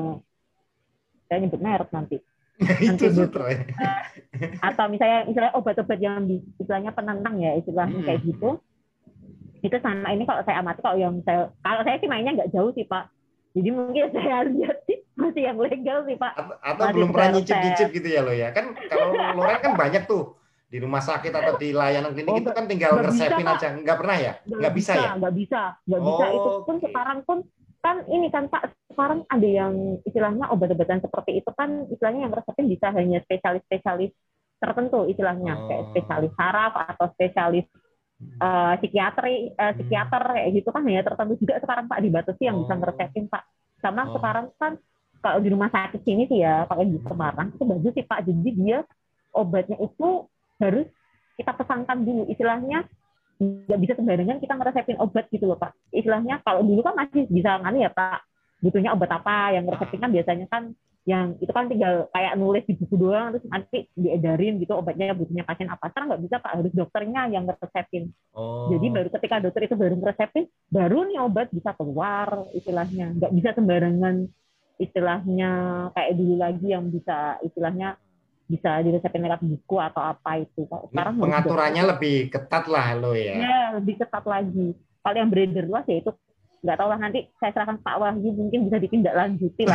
saya nyebut merek nanti. Itu sutra ya. Atau misalnya misalnya obat-obat yang istilahnya penentang ya istilahnya hmm. kayak gitu itu sama ini kalau saya amati kalau yang saya kalau saya sih mainnya nggak jauh sih Pak jadi mungkin saya lihat sih masih yang legal sih Pak atau, atau belum pernah nyicip-nyicip gitu ya lo ya kan kalau Loren kan banyak tuh di rumah sakit atau di layanan klinik oh, itu kan tinggal resepin aja nggak pernah ya nggak bisa, bisa ya nggak bisa nggak bisa oh, itu pun okay. Sekarang pun kan ini kan Pak sekarang ada yang istilahnya obat-obatan seperti itu kan istilahnya yang resepin bisa hanya spesialis-spesialis tertentu istilahnya oh. kayak spesialis saraf atau spesialis uh, psikiatri uh, psikiater kayak gitu kan hanya tertentu juga sekarang Pak dibatasi yang oh. bisa ngeresepin Pak sama oh. sekarang kan kalau di rumah sakit sini sih ya pakai di Semarang itu bagus sih Pak jadi dia obatnya itu harus kita pesankan dulu istilahnya nggak bisa sembarangan kita ngeresepin obat gitu loh Pak. Istilahnya kalau dulu kan masih bisa ngani ya Pak. Butuhnya obat apa yang ngeresepin kan biasanya kan yang itu kan tinggal kayak nulis di buku doang terus nanti diedarin gitu obatnya butuhnya pasien apa. Sekarang nggak bisa Pak harus dokternya yang ngeresepin. Oh. Jadi baru ketika dokter itu baru ngeresepin baru nih obat bisa keluar istilahnya. Nggak bisa sembarangan istilahnya kayak dulu lagi yang bisa istilahnya bisa diresepin lewat buku atau apa itu. Sekarang pengaturannya lebih ketat lah lo ya. Ya, lebih ketat lagi. Kalau yang beredar luas ya itu nggak tahu lah nanti saya serahkan Pak Wahyu mungkin bisa ditindaklanjuti lah.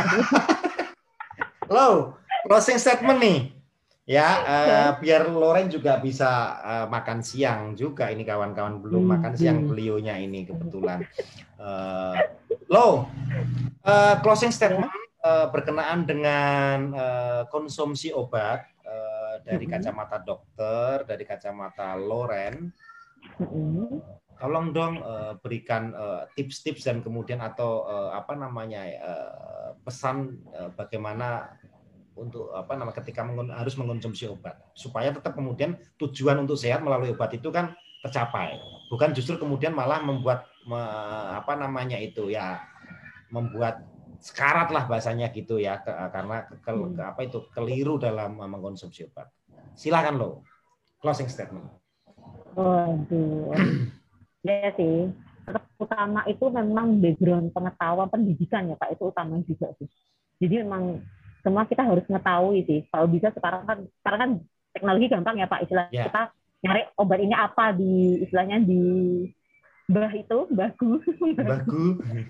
Lo, closing statement nih. Ya, uh, biar Loren juga bisa uh, makan siang juga ini kawan-kawan belum hmm. makan siang beliaunya ini kebetulan. Uh, lo, uh, closing statement. Uh, berkenaan dengan uh, konsumsi obat uh, dari mm-hmm. kacamata dokter, dari kacamata Loren, mm-hmm. tolong dong uh, berikan uh, tips-tips dan kemudian atau uh, apa namanya uh, pesan uh, bagaimana untuk apa nama ketika mengon, harus mengkonsumsi obat supaya tetap kemudian tujuan untuk sehat melalui obat itu kan tercapai, bukan justru kemudian malah membuat me, apa namanya itu ya membuat sekarat lah bahasanya gitu ya ke, karena ke, ke, apa itu keliru dalam mengkonsumsi obat. Silakan lo closing statement. Waduh, ya sih. Utama itu memang background pengetahuan pendidikan ya Pak itu utama juga sih. Jadi memang semua kita harus mengetahui sih. Kalau bisa sekarang kan sekarang kan teknologi gampang ya Pak istilah yeah. kita nyari obat ini apa di istilahnya di bah itu bagu bagu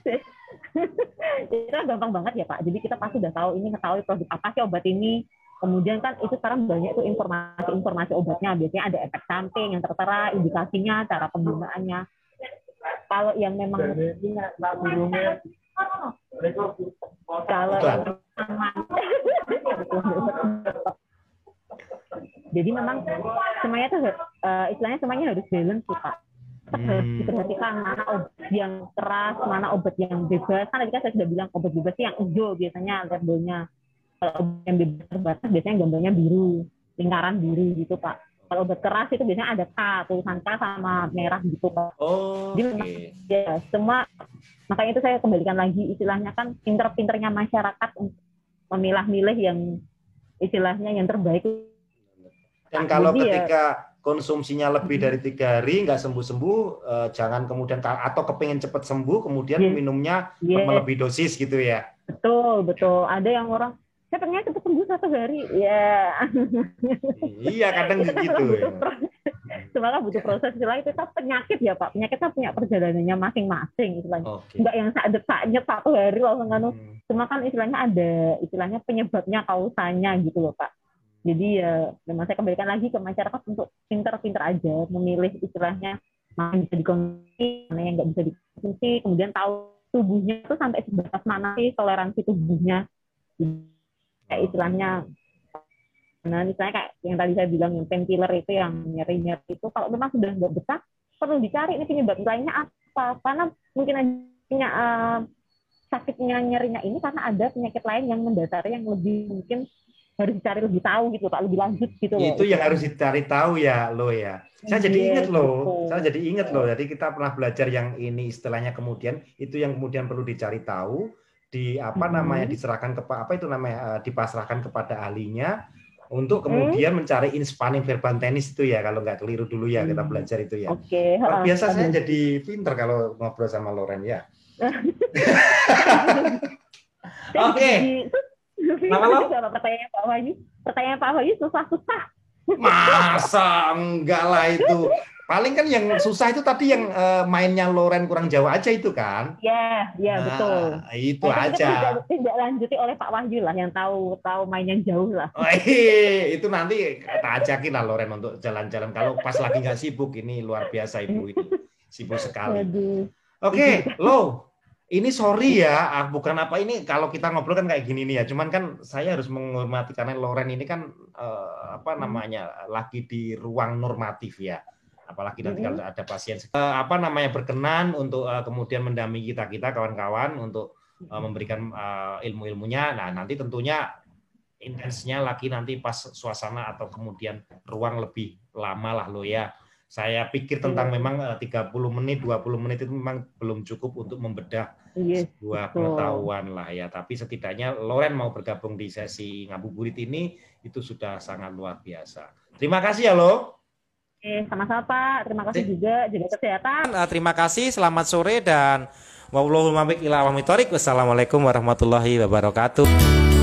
itu gampang banget ya Pak. Jadi kita pasti udah tahu ini ketahui produk apa sih obat ini. Kemudian kan itu sekarang banyak tuh informasi-informasi obatnya. Biasanya ada efek samping yang tertera, indikasinya, cara penggunaannya. Kalau yang memang kalau yang jadi memang semuanya tuh uh, istilahnya semuanya harus balance sih Pak. Hmm. Harus diperhatikan mana obat yang keras, mana obat yang bebas. Kan tadi kan saya sudah bilang obat bebas yang hijau biasanya labelnya. Kalau obat yang bebas terbatas biasanya gambarnya biru, lingkaran biru gitu Pak. Kalau obat keras itu biasanya ada K, tulisan K sama merah gitu Pak. Oh, jadi memang okay. Ya semua, makanya itu saya kembalikan lagi istilahnya kan pinter-pinternya masyarakat untuk memilah-milih yang istilahnya yang terbaik. Dan kalau jadi ketika ya, konsumsinya lebih dari tiga hari nggak sembuh-sembuh, eh, jangan kemudian atau kepengen cepat sembuh kemudian yes. minumnya yes. melebihi dosis gitu ya. Betul betul. Ada yang orang saya pengen cepat sembuh satu hari, ya. Iya kadang gitu. Ya. Sebenarnya butuh proses istilah itu kan penyakit ya Pak. Penyakit kan punya perjalanannya masing-masing istilahnya. Okay. Enggak yang saat-saatnya satu hari langsung kan. Hmm. Cuma kan istilahnya ada istilahnya penyebabnya kausanya gitu loh Pak. Jadi ya memang saya kembalikan lagi ke masyarakat untuk pinter-pinter aja memilih istilahnya mana yang bisa dikonsumsi, mana yang nggak bisa dikonsumsi, kemudian tahu tubuhnya itu sampai sebatas mana sih toleransi tubuhnya. Kayak istilahnya, nah misalnya kayak yang tadi saya bilang yang painkiller itu yang nyeri-nyeri itu kalau memang sudah nggak betah perlu dicari ini penyebab lainnya apa, karena mungkin punya uh, sakitnya nyerinya ini karena ada penyakit lain yang mendasari yang lebih mungkin harus dicari lebih tahu gitu Pak, lebih lanjut gitu loh. Itu yang harus dicari tahu ya lo ya. Saya jadi ingat loh, saya jadi ingat loh. Jadi kita pernah belajar yang ini istilahnya kemudian itu yang kemudian perlu dicari tahu di apa hmm. namanya diserahkan ke apa itu namanya uh, dipasrahkan kepada ahlinya untuk kemudian hmm. mencari inspanning verban tenis itu ya kalau nggak keliru dulu ya kita belajar itu ya. Oke. Okay. Biasa saya jadi pinter kalau ngobrol sama Loren ya. Oke. Nama lo? Pertanyaan Pak Wahyu. Pertanyaan Pak Wahyu susah-susah. Masa enggak lah itu. Paling kan yang susah itu tadi yang uh, mainnya Loren kurang jauh aja itu kan? Iya, iya nah, betul. Itu nah, aja. Tidak, tidak lanjuti oleh Pak Wahyu lah yang tahu tahu main yang jauh lah. Oh, iya. Itu nanti kita ajakin lah Loren untuk jalan-jalan. Kalau pas lagi nggak sibuk, ini luar biasa Ibu itu. Sibuk sekali. Oke, okay, Lo. Ini sorry ya, bukan apa ini kalau kita ngobrol kan kayak gini nih ya. Cuman kan saya harus menghormati karena Loren ini kan uh, apa namanya lagi di ruang normatif ya. Apalagi nanti kalau ada pasien uh, apa namanya berkenan untuk uh, kemudian mendampingi kita kita kawan-kawan untuk uh, memberikan uh, ilmu-ilmunya. Nah nanti tentunya intensnya lagi nanti pas suasana atau kemudian ruang lebih lama lah lo ya. Saya pikir tentang yeah. memang uh, tiga puluh menit, dua puluh menit itu memang belum cukup untuk membedah yes, sebuah pengetahuan lah ya. Tapi setidaknya Loren mau bergabung di sesi ngabuburit ini, itu sudah sangat luar biasa. Terima kasih ya Lo. Eh, sama-sama Pak. Terima kasih juga. Jaga kesehatan. Uh, terima kasih. Selamat sore dan wallahul muwaffiq ila aqwamit thoriq. Wassalamualaikum warahmatullahi wabarakatuh.